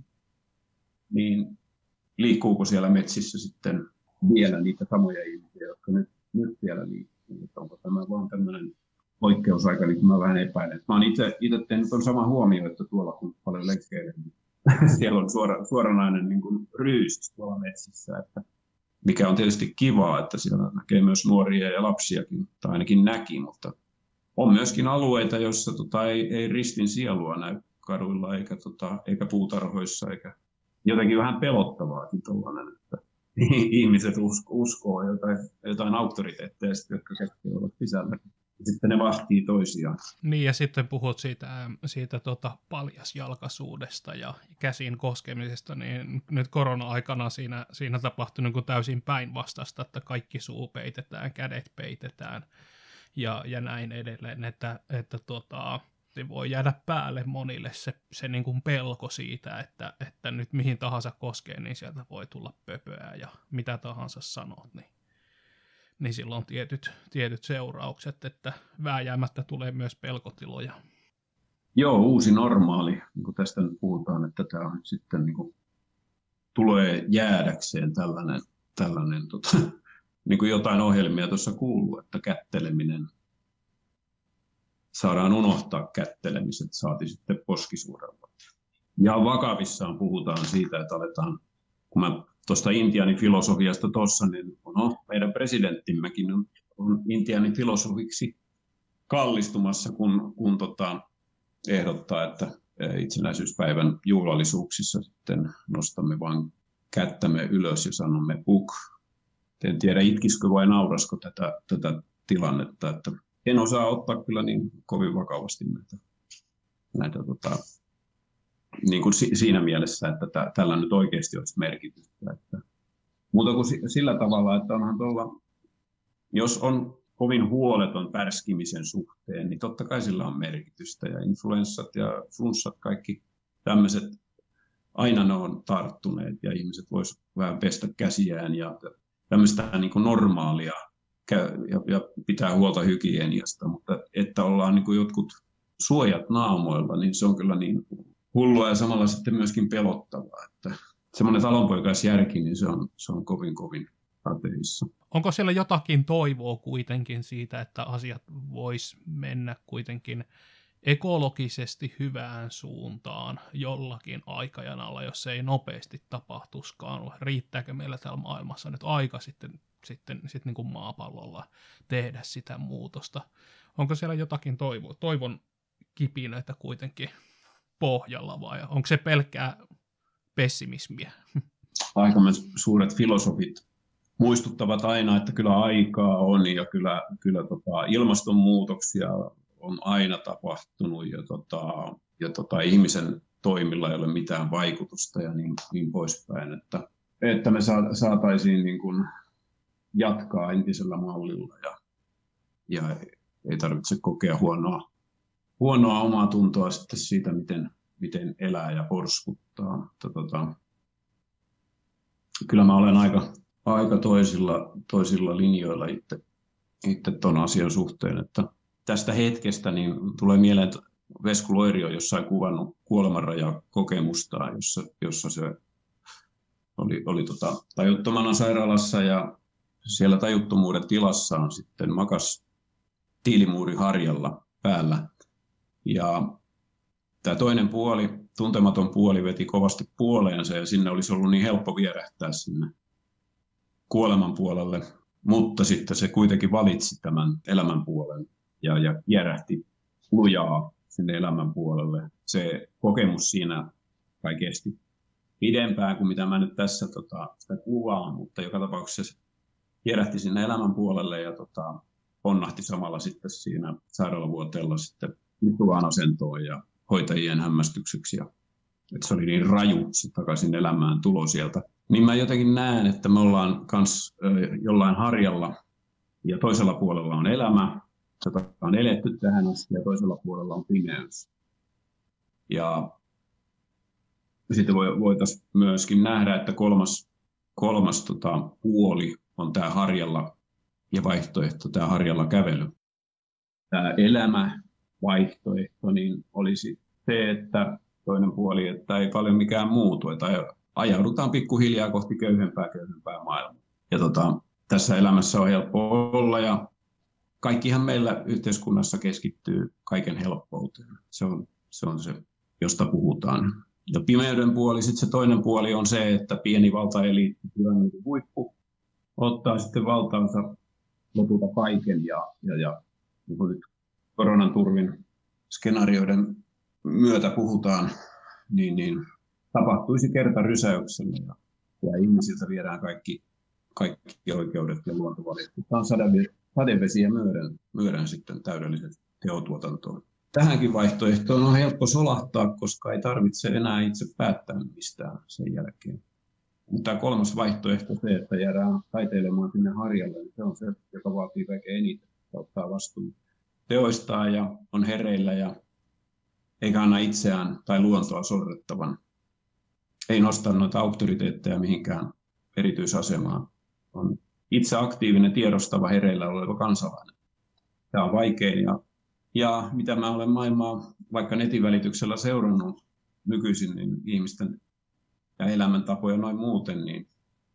niin liikkuuko siellä metsissä sitten vielä niitä samoja ihmisiä, jotka nyt, nyt siellä liikkuu. Että onko tämä vaan tämmöinen poikkeusaika, niin kuin mä vähän epäilen. Mä oon itse, itse tehnyt on sama huomio, että tuolla kun paljon lenkkeilen, niin siellä on suora, suoranainen niin kuin ryys tuolla metsissä, että mikä on tietysti kivaa, että siellä näkee myös nuoria ja lapsiakin, tai ainakin näki, mutta on myöskin alueita, joissa tota, ei, ei ristin sielua näy kaduilla eikä, tota, eikä puutarhoissa, eikä jotenkin vähän pelottavaakin tuollainen, että ihmiset usko, uskoo jotain, jotain auktoriteetteja, jotka kätkevät sisällä. Sitten ne vahtii toisiaan. Niin, ja sitten puhut siitä, siitä tota paljasjalkaisuudesta ja käsin koskemisesta, niin nyt korona-aikana siinä, siinä tapahtui niin kuin täysin päinvastaista, että kaikki suu peitetään, kädet peitetään ja, ja näin edelleen, että, että tota, voi jäädä päälle monille se, se niin kuin pelko siitä, että, että nyt mihin tahansa koskee, niin sieltä voi tulla pöpöä ja mitä tahansa sanot, niin niin silloin on tietyt, tietyt seuraukset, että vääjäämättä tulee myös pelkotiloja. Joo, uusi normaali, niin kuin tästä nyt puhutaan, että tämä on sitten niin kuin, tulee jäädäkseen tällainen, tällainen tota, niin kuin jotain ohjelmia tuossa kuuluu, että kätteleminen, saadaan unohtaa kättelemiset, saati sitten poskisuudella. Ja vakavissaan puhutaan siitä, että aletaan, kun mä tuosta intiaanin filosofiasta tuossa, niin no, meidän presidenttimmekin on, on intiaanin filosofiksi kallistumassa, kun, kun tota, ehdottaa, että itsenäisyyspäivän juhlallisuuksissa sitten nostamme vain kättämme ylös ja sanomme puk. En tiedä, itkisikö vai naurasko tätä, tätä tilannetta, että en osaa ottaa kyllä niin kovin vakavasti näitä, näitä tota, niin kuin siinä mielessä, että tä, tällä nyt oikeasti olisi merkitystä. Että, muuta kuin sillä tavalla, että onhan tuolla jos on kovin huoleton pärskimisen suhteen, niin totta kai sillä on merkitystä. Ja influenssat ja flunssat, kaikki tämmöiset, aina ne on tarttuneet ja ihmiset voisivat vähän pestä käsiään ja tämmöistä niin kuin normaalia ja, ja pitää huolta hygieniasta. Mutta että ollaan niin kuin jotkut suojat naamoilla, niin se on kyllä niin hullua ja samalla sitten myöskin pelottavaa. Että semmoinen talonpoikaisjärki, niin se on, se on kovin kovin rateissa. Onko siellä jotakin toivoa kuitenkin siitä, että asiat vois mennä kuitenkin ekologisesti hyvään suuntaan jollakin aikajanalla, jos se ei nopeasti tapahtuskaan? Riittääkö meillä täällä maailmassa nyt aika sitten, sitten, sitten niin kuin maapallolla tehdä sitä muutosta? Onko siellä jotakin toivo, toivon kipinöitä kuitenkin pohjalla vai onko se pelkkää pessimismiä? Aika suuret filosofit muistuttavat aina, että kyllä aikaa on ja kyllä, kyllä tota, ilmastonmuutoksia on aina tapahtunut ja, tota, ja tota, ihmisen toimilla ei ole mitään vaikutusta ja niin, niin poispäin, että, että me saataisiin niin kuin jatkaa entisellä mallilla ja, ja ei tarvitse kokea huonoa, huonoa omaa tuntoa sitten siitä, miten, miten elää ja porskuttaa. Mutta, tota, kyllä mä olen aika, aika toisilla, toisilla linjoilla itse, itse ton asian suhteen, että tästä hetkestä niin tulee mieleen, että Vesku Loiri on jossain kuvannut kuolemanrajakokemustaan, jossa, jossa se oli, oli tota, tajuttomana sairaalassa ja siellä tajuttomuuden tilassa on sitten makas tiilimuuri harjalla päällä. Ja tämä toinen puoli, tuntematon puoli, veti kovasti puoleensa ja sinne olisi ollut niin helppo vierähtää sinne kuoleman puolelle, mutta sitten se kuitenkin valitsi tämän elämän puolen ja, ja järähti lujaa sinne elämän puolelle. Se kokemus siinä kai kesti pidempään kuin mitä mä nyt tässä tota, sitä kuvaan, mutta joka tapauksessa se järähti sinne elämän puolelle ja tota, onnahti samalla sitten siinä sairaalavuoteella sitten nukkuvan asentoon ja hoitajien hämmästykseksi. Ja, että se oli niin raju se takaisin elämään tulo sieltä. Niin mä jotenkin näen, että me ollaan kans jollain harjalla ja toisella puolella on elämä, jota on eletty tähän asti ja toisella puolella on pimeys. Ja sitten voitaisiin myöskin nähdä, että kolmas, kolmas tota, puoli on tämä harjalla ja vaihtoehto, tämä harjalla kävely. Tämä elämävaihtoehto niin olisi se, että toinen puoli, että ei paljon mikään muutu, että ajaudutaan pikkuhiljaa kohti köyhempää köyhempää maailmaa. Ja tota, tässä elämässä on helppo olla ja kaikkihan meillä yhteiskunnassa keskittyy kaiken helppouteen. Se on se, on se josta puhutaan. Ja pimeyden puoli, sitten se toinen puoli on se, että pieni valtaeliitti, huippu, ottaa sitten valtaansa lopulta kaiken ja, ja, ja niin kuin nyt koronan turvin skenaarioiden myötä puhutaan, niin, niin tapahtuisi kertarysäyksellä ja, ja ihmisiltä viedään kaikki, kaikki oikeudet ja luontovalit. Tämä on sadevesi ja myöden, myöden sitten täydelliset teotuotantoon. Tähänkin vaihtoehtoon on helppo solahtaa, koska ei tarvitse enää itse päättää mistään sen jälkeen. Mutta tämä kolmas vaihtoehto, se, että jäädään taiteilemaan sinne harjalle, niin se on se, joka vaatii kaikkein eniten, ottaa vastuun teoistaan ja on hereillä ja eikä anna itseään tai luontoa sorrettavan. Ei nosta noita auktoriteetteja mihinkään erityisasemaan. On itse aktiivinen, tiedostava, hereillä oleva kansalainen. Tämä on vaikein ja, ja mitä mä olen maailmaa vaikka netin välityksellä seurannut nykyisin, niin ihmisten ja elämäntapoja noin muuten, niin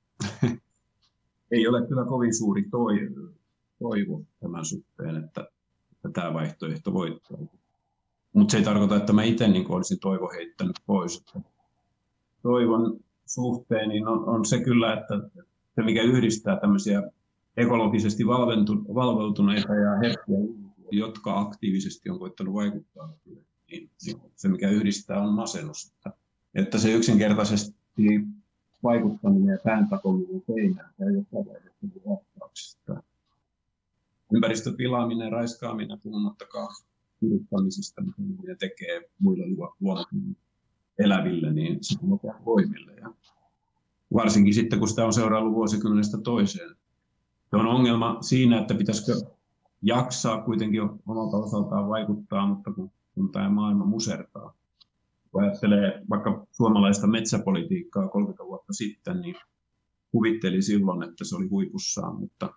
ei ole kyllä kovin suuri toivo tämän suhteen, että, että tämä vaihtoehto voittaa. Mutta se ei tarkoita, että mä itse niin olisin toivo heittänyt pois. Toivon suhteen niin on, on se kyllä, että se mikä yhdistää tämmöisiä ekologisesti valveutuneita ja herkkiä, jotka aktiivisesti on koittanut vaikuttaa, niin se mikä yhdistää on masennus. Että se yksinkertaisesti vaikuttaminen ja pääntakominen seinään ei ole tällaisesta vastauksesta. Ympäristön pilaaminen, raiskaaminen, puhumattakaan kiduttamisesta, mitä ne tekee muille luonnon eläville, niin se on voimille. Ja varsinkin sitten, kun sitä on seuraillut vuosikymmenestä toiseen. Se on ongelma siinä, että pitäisikö jaksaa kuitenkin omalta osaltaan vaikuttaa, mutta kun, kun tämä maailma musertaa. Kun ajattelee vaikka suomalaista metsäpolitiikkaa kolmekymmentä vuotta sitten, niin kuvitteli silloin, että se oli huipussaan, mutta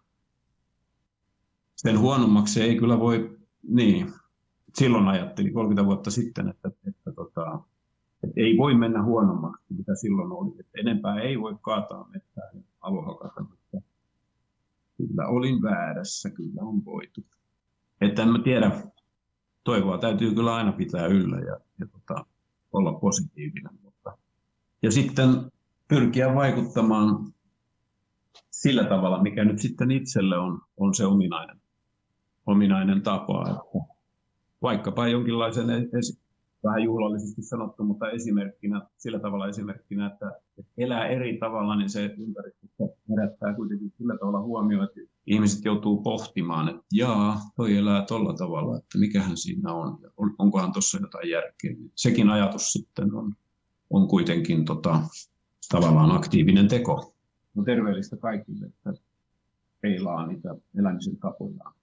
sen huonommaksi ei kyllä voi, niin, silloin ajatteli kolmekymmentä vuotta sitten, että, että, että, että, että ei voi mennä huonommaksi, mitä silloin oli. Että enempää ei voi kaataa metsää ja avohakata, mutta kyllä olin väärässä, kyllä on voitu. Että en mä tiedä, toivoa täytyy kyllä aina pitää yllä ja, ja tota, olla positiivinen. Mutta. Ja sitten pyrkiä vaikuttamaan sillä tavalla, mikä nyt sitten itselle on, on se ominainen, ominainen tapa. Että vaikkapa jonkinlaisen, esi- vähän juhlallisesti sanottu, mutta esimerkkinä, sillä tavalla esimerkkinä, että elää eri tavalla, niin se ympäristö herättää kuitenkin sillä tavalla huomioon, että ihmiset joutuu pohtimaan, että jaa, toi elää tolla tavalla, että mikähän siinä on, ja on onkohan tuossa jotain järkeä. Sekin ajatus sitten on, on kuitenkin tota, tavallaan aktiivinen teko. No terveellistä kaikille, että peilaa niitä elämisen tapojaan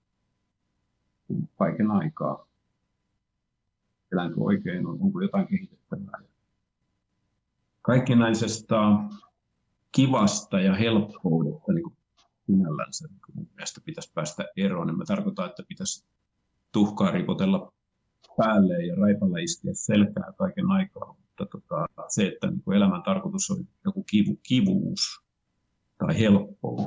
kaiken aikaa. Eläinkö oikein, onko jotain kehitettävää. Kaikkinaisesta kivasta ja helppoudesta niin sinällänsä niin mun mielestä pitäisi päästä eroon. En mä tarkoita, että pitäisi tuhkaa ripotella päälle ja raipalla iskeä selkää kaiken aikaa, mutta tota, se, että niin elämän tarkoitus on joku kivu, kivuus tai helppous,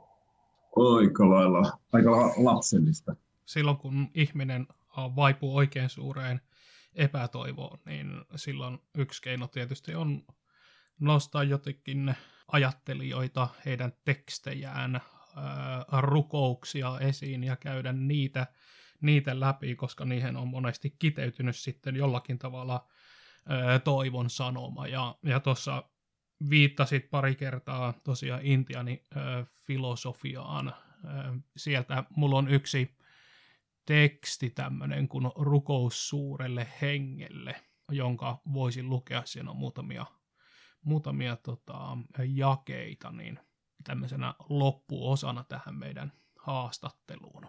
aika lailla, aika lapsellista. Silloin kun ihminen vaipuu oikein suureen epätoivoon, niin silloin yksi keino tietysti on nostaa jotenkin ajattelijoita, heidän tekstejään, ää, rukouksia esiin ja käydä niitä, niitä läpi, koska niihin on monesti kiteytynyt sitten jollakin tavalla ää, toivon sanoma. Ja, ja tuossa viittasit pari kertaa tosiaan Intiani ää, filosofiaan. Ää, sieltä mulla on yksi teksti tämmöinen kuin Rukous suurelle hengelle, jonka voisin lukea. Siinä on muutamia, muutamia tota, jakeita niin tämmöisenä loppuosana tähän meidän haastatteluun.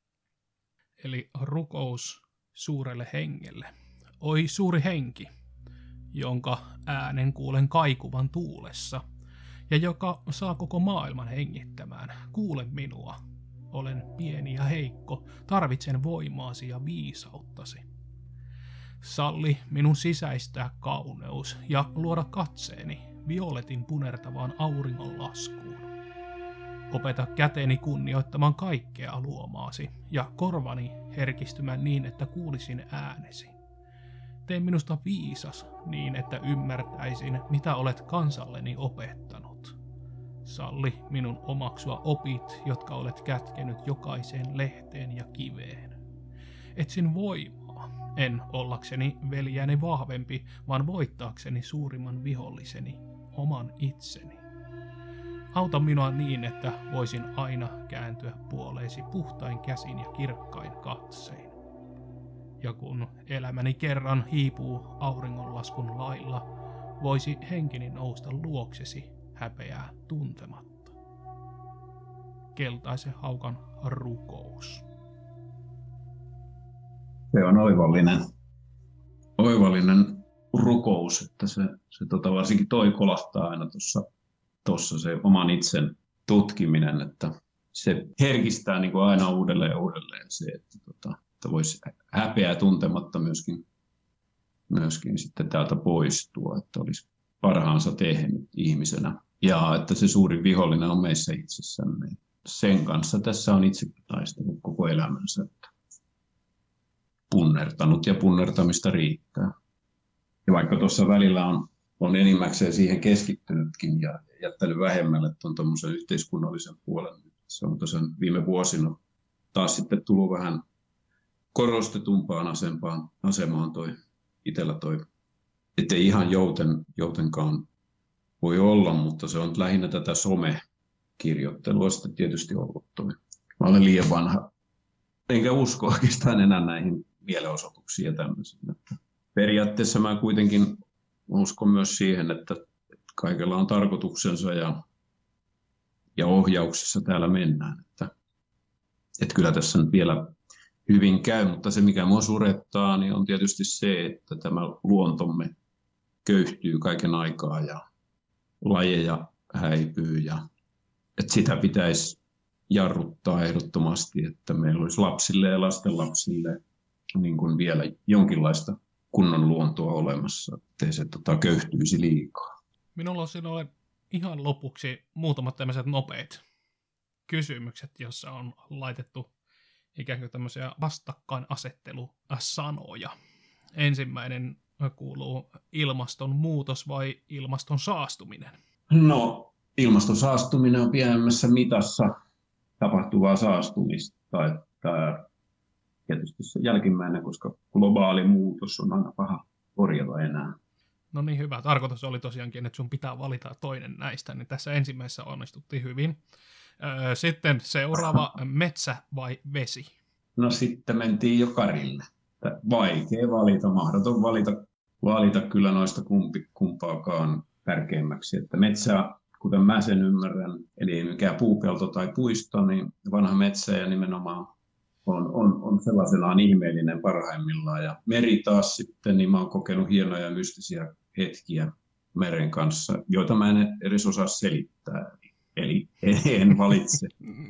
Eli rukous suurelle hengelle. Oi suuri henki, jonka äänen kuulen kaikuvan tuulessa, ja joka saa koko maailman hengittämään. Kuule minua. Olen pieni ja heikko, tarvitsen voimaasi ja viisauttasi. Salli minun sisäistää kauneus ja luoda katseeni violetin punertavaan auringon laskuun. Opeta käteeni kunnioittamaan kaikkea luomaasi ja korvani herkistymään niin, että kuulisin äänesi. Tee minusta viisas niin, että ymmärtäisin, mitä olet kansalleni opettanut. Salli minun omaksua opit, jotka olet kätkenyt jokaiseen lehteen ja kiveen. Etsin voimaa, en ollakseni veljäni vahvempi, vaan voittaakseni suurimman viholliseni, oman itseni. Auta minua niin, että voisin aina kääntyä puoleesi puhtain käsin ja kirkkain katsein. Ja kun elämäni kerran hiipuu auringonlaskun lailla, voisi henkini nousta luoksesi häpeää tuntematta. Keltaisen haukan rukous. Se on oivallinen, oivallinen rukous, että se, se tota, varsinkin toi kolahtaa aina tuossa tossa se oman itsen tutkiminen, että se herkistää niin kuin aina uudelleen ja uudelleen se, että, tota, että voisi häpeää tuntematta myöskin, myöskin sitten täältä poistua, että olisi parhaansa tehnyt ihmisenä. Ja että se suurin vihollinen on meissä itsessämme. Sen kanssa tässä on itsekin taistellut koko elämänsä. Punnertanut ja punnertamista riittää. Ja vaikka tuossa välillä on, on enimmäkseen siihen keskittynytkin ja jättänyt vähemmälle tuon tuommoisen yhteiskunnallisen puolen. Se on tosiaan viime vuosina taas sitten tullut vähän korostetumpaan asemaan, asemaan toi, itsellä toi. Ettei ihan jouten, joutenkaan voi olla, mutta se on lähinnä tätä somekirjoittelua sitten tietysti ollut toi. Mä olen liian vanha, enkä usko oikeastaan enää näihin mielenosoituksiin ja tämmöisiin. Periaatteessa mä kuitenkin uskon myös siihen, että kaikella on tarkoituksensa ja ja ohjauksessa täällä mennään. Että, että kyllä tässä nyt vielä hyvin käy, mutta se mikä minua surettaa, niin on tietysti se, että tämä luontomme köyhtyy kaiken aikaa ja lajeja häipyy ja että sitä pitäisi jarruttaa ehdottomasti, että meillä olisi lapsille ja lastenlapsille niin kuin vielä jonkinlaista kunnon luontoa olemassa, ettei se tota, köyhtyisi liikaa. Minulla on sinulle ihan lopuksi muutamat tämmöiset nopeat kysymykset, joissa on laitettu ikään kuin tämmöisiä vastakkainasettelusanoja. Ensimmäinen kuuluu ilmastonmuutos vai ilmaston saastuminen? No, ilmaston saastuminen on pienemmässä mitassa tapahtuvaa saastumista, että tietysti se jälkimmäinen, koska globaali muutos on aina paha korjata enää. No niin, hyvä. Tarkoitus oli tosiaankin, että sun pitää valita toinen näistä, niin tässä ensimmäisessä onnistuttiin hyvin. Sitten seuraava, metsä vai vesi? No sitten mentiin jo Karille. Vaikea valita, mahdoton valita, valita kyllä noista kumpi, kumpaakaan tärkeimmäksi. Että metsä, kuten mä sen ymmärrän, eli ei mikään puupelto tai puisto, niin vanha metsä ja nimenomaan on, on, on sellaisenaan ihmeellinen parhaimmillaan. Ja meri taas sitten, niin mä oon kokenut hienoja mystisiä hetkiä meren kanssa, joita mä en edes osaa selittää. Eli en valitse.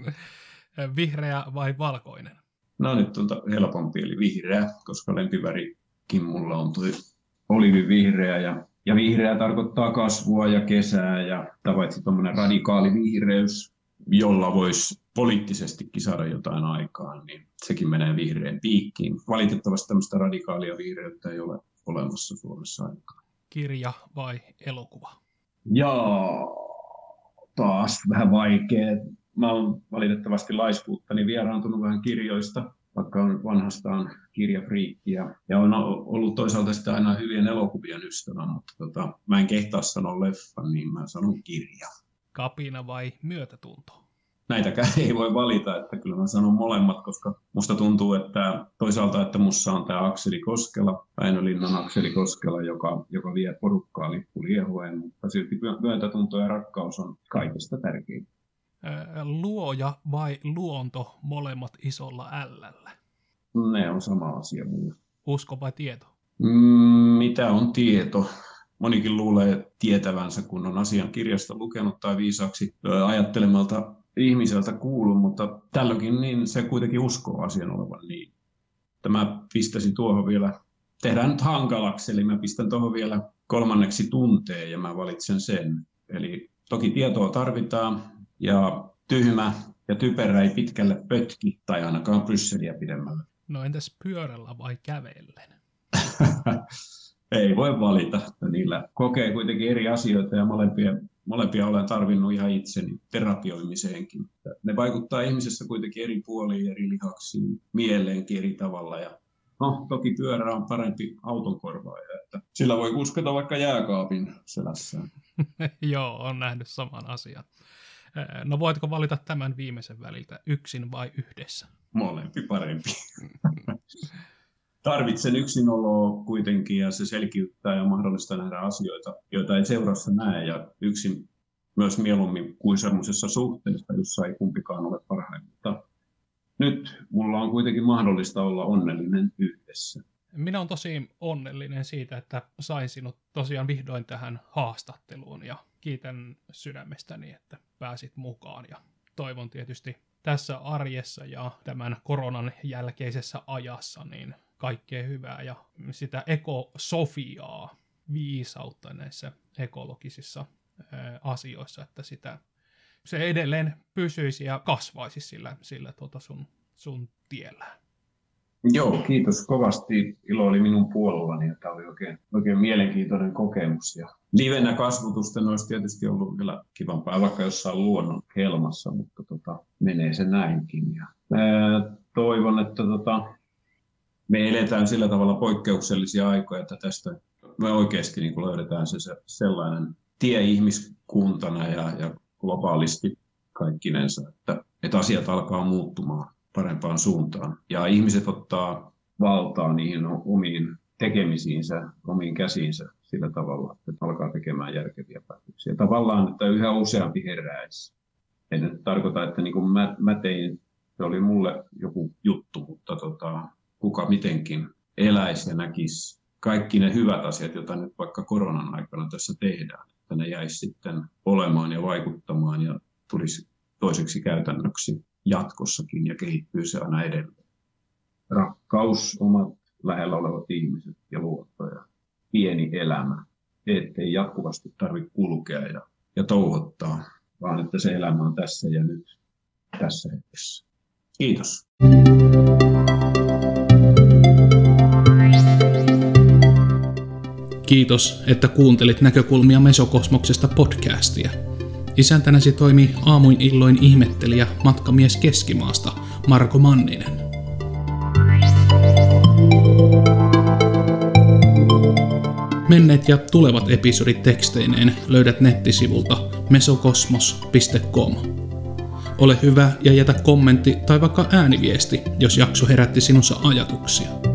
Vihreä vai valkoinen? No nyt on helpompi, eli vihreä, koska lempivärikin mulla on toi olivivihreä. Ja, ja vihreä tarkoittaa kasvua ja kesää ja paitsi tuommoinen radikaali vihreys, jolla voisi poliittisestikin saada jotain aikaan, niin sekin menee vihreän piikkiin. Valitettavasti tämmöistä radikaalia vihreyttä ei ole olemassa Suomessa aikaan. Kirja vai elokuva? Jaa. Taas vähän vaikea. Mä oon valitettavasti laiskuuttani vieraantunut vähän kirjoista, vaikka on vanhastaan kirjafriikki. Ja, ja on ollut toisaalta sitä aina hyvien elokuvien ystävä, mutta tota, mä en kehtaa sanoa leffan, niin mä sanon kirja. Kapina vai myötätunto? Näitäkään ei voi valita, että kyllä mä sanon molemmat, koska musta tuntuu, että toisaalta, että musta on tämä Akseli Koskela, Väinölinnan Akseli Koskela, joka, joka vie porukkaa lippuliehueen, mutta silti myötätunto ja rakkaus on kaikista tärkeintä. Luoja vai luonto, molemmat isolla L:llä? Ne on sama asia mulle. Usko vai tieto? Mm, mitä on tieto? Monikin luulee tietävänsä, kun on asian kirjasta lukenut tai viisaaksi ajattelemalta ihmiseltä kuullut, mutta tällöinkin niin se kuitenkin uskoo asian olevan niin. Mä pistäisin tuohon vielä, tehdään nyt hankalaksi, eli mä pistän tuohon vielä kolmanneksi tunteen ja mä valitsen sen. Eli toki tietoa tarvitaan ja tyhmä ja typerä ei pitkälle pötki tai ainakaan Brysseliä pidemmälle. No entäs pyörällä vai kävellen? Ei voi valita. Niillä kokee kuitenkin eri asioita ja molempia, molempia olen tarvinnut ihan itseni terapioimiseenkin. Ne vaikuttaa ihmisessä kuitenkin eri puoliin, eri lihaksiin, mieleenkin eri tavalla. Ja no, toki pyörä on parempi auton korvaaja, että sillä voi kuskata vaikka jääkaapin selässään. Joo, on nähnyt saman asian. No voitko valita tämän viimeisen väliltä, yksin vai yhdessä? Molempi parempi. Tarvitsen yksinoloa kuitenkin ja se selkiyttää ja mahdollista nähdä asioita, joita ei seurassa näe ja yksin myös mieluummin kuin semmoisessa suhteessa, jossa ei kumpikaan ole parhaimmilta. Nyt mulla on kuitenkin mahdollista olla onnellinen yhdessä. Minä olen tosi onnellinen siitä, että sain sinut tosiaan vihdoin tähän haastatteluun ja kiitän sydämestäni, että pääsit mukaan ja toivon tietysti tässä arjessa ja tämän koronan jälkeisessä ajassa niin kaikkea hyvää ja sitä ekosofiaa, viisautta näissä ekologisissa ää, asioissa, että sitä, se edelleen pysyisi ja kasvaisi sillä, sillä tuota sun, sun tiellä. Joo, kiitos kovasti. Ilo oli minun puolellani ja tämä oli oikein, oikein mielenkiintoinen kokemus. Ja livenä kasvutusten olisi tietysti ollut vielä kivampaa, vaikka jossain luonnon helmassa, mutta tota, menee se näinkin. Ja, ää, toivon, että tota, me eletään sillä tavalla poikkeuksellisia aikoja, että tästä me oikeasti niin kuin löydetään se, se sellainen tie ihmiskuntana ja, ja globaalisti kaikkinensa, että, että asiat alkaa muuttumaan parempaan suuntaan. Ja ihmiset ottaa valtaa niihin omiin tekemisiinsä, omiin käsiinsä sillä tavalla, että alkaa tekemään järkeviä päätöksiä. Tavallaan, että yhä useampi heräisi. en nyt tarkoita, että niin kuin mä, mä tein, se oli mulle joku juttu, mutta tota, kuka mitenkin eläisi ja näkisi kaikki ne hyvät asiat, joita nyt vaikka koronan aikana tässä tehdään, että ne jäisi sitten olemaan ja vaikuttamaan ja tulisi toiseksi käytännöksi jatkossakin ja kehittyy se aina edelleen. Rakkaus, omat lähellä olevat ihmiset ja luonto ja pieni elämä, ettei jatkuvasti tarvitse kulkea ja, ja touhottaa, vaan että se elämä on tässä ja nyt, tässä hetkessä. Kiitos. Kiitos, että kuuntelit Näkökulmia Mesokosmoksesta podcastia. Isäntänäsi toimii aamuin illoin ihmettelijä matkamies Keskimaasta Marko Manninen. Menneet ja tulevat episodit teksteineen löydät nettisivulta mesokosmos piste com. Ole hyvä ja jätä kommentti tai vaikka ääniviesti, jos jakso herätti sinussa ajatuksia.